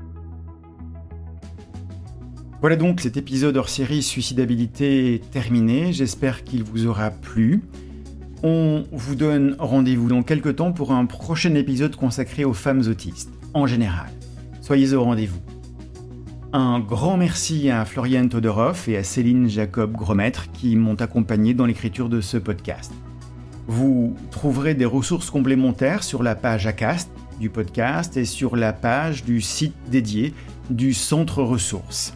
Voilà donc cet épisode hors série Suicidabilité terminé, j'espère qu'il vous aura plu. On vous donne rendez-vous dans quelques temps pour un prochain épisode consacré aux femmes autistes, en général. Soyez au rendez-vous. Un grand merci à Florian Todorov et à Céline Jacob-Gromètre qui m'ont accompagné dans l'écriture de ce podcast. Vous trouverez des ressources complémentaires sur la page Acast du podcast et sur la page du site dédié du Centre Ressources.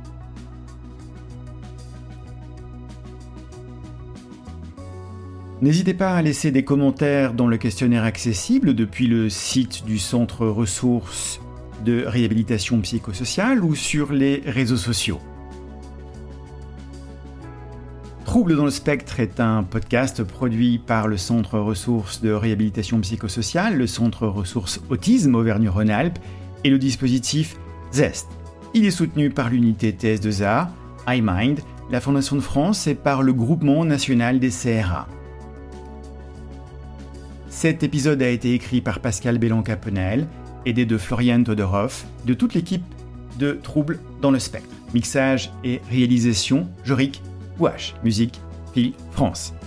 N'hésitez pas à laisser des commentaires dans le questionnaire accessible depuis le site du Centre Ressources de réhabilitation psychosociale ou sur les réseaux sociaux. Troubles dans le spectre est un podcast produit par le Centre Ressources de réhabilitation psychosociale, le Centre Ressources Autisme Auvergne-Rhône-Alpes et le dispositif ZEST. Il est soutenu par l'unité TS2A, iMind, la Fondation de France et par le Groupement national des CRA. Cet épisode a été écrit par Pascal Bellan-Capenel, aidé de Florian Todorov, de toute l'équipe de Troubles dans le spectre. Mixage et réalisation, Jorik Ouache. Musique, Phil France.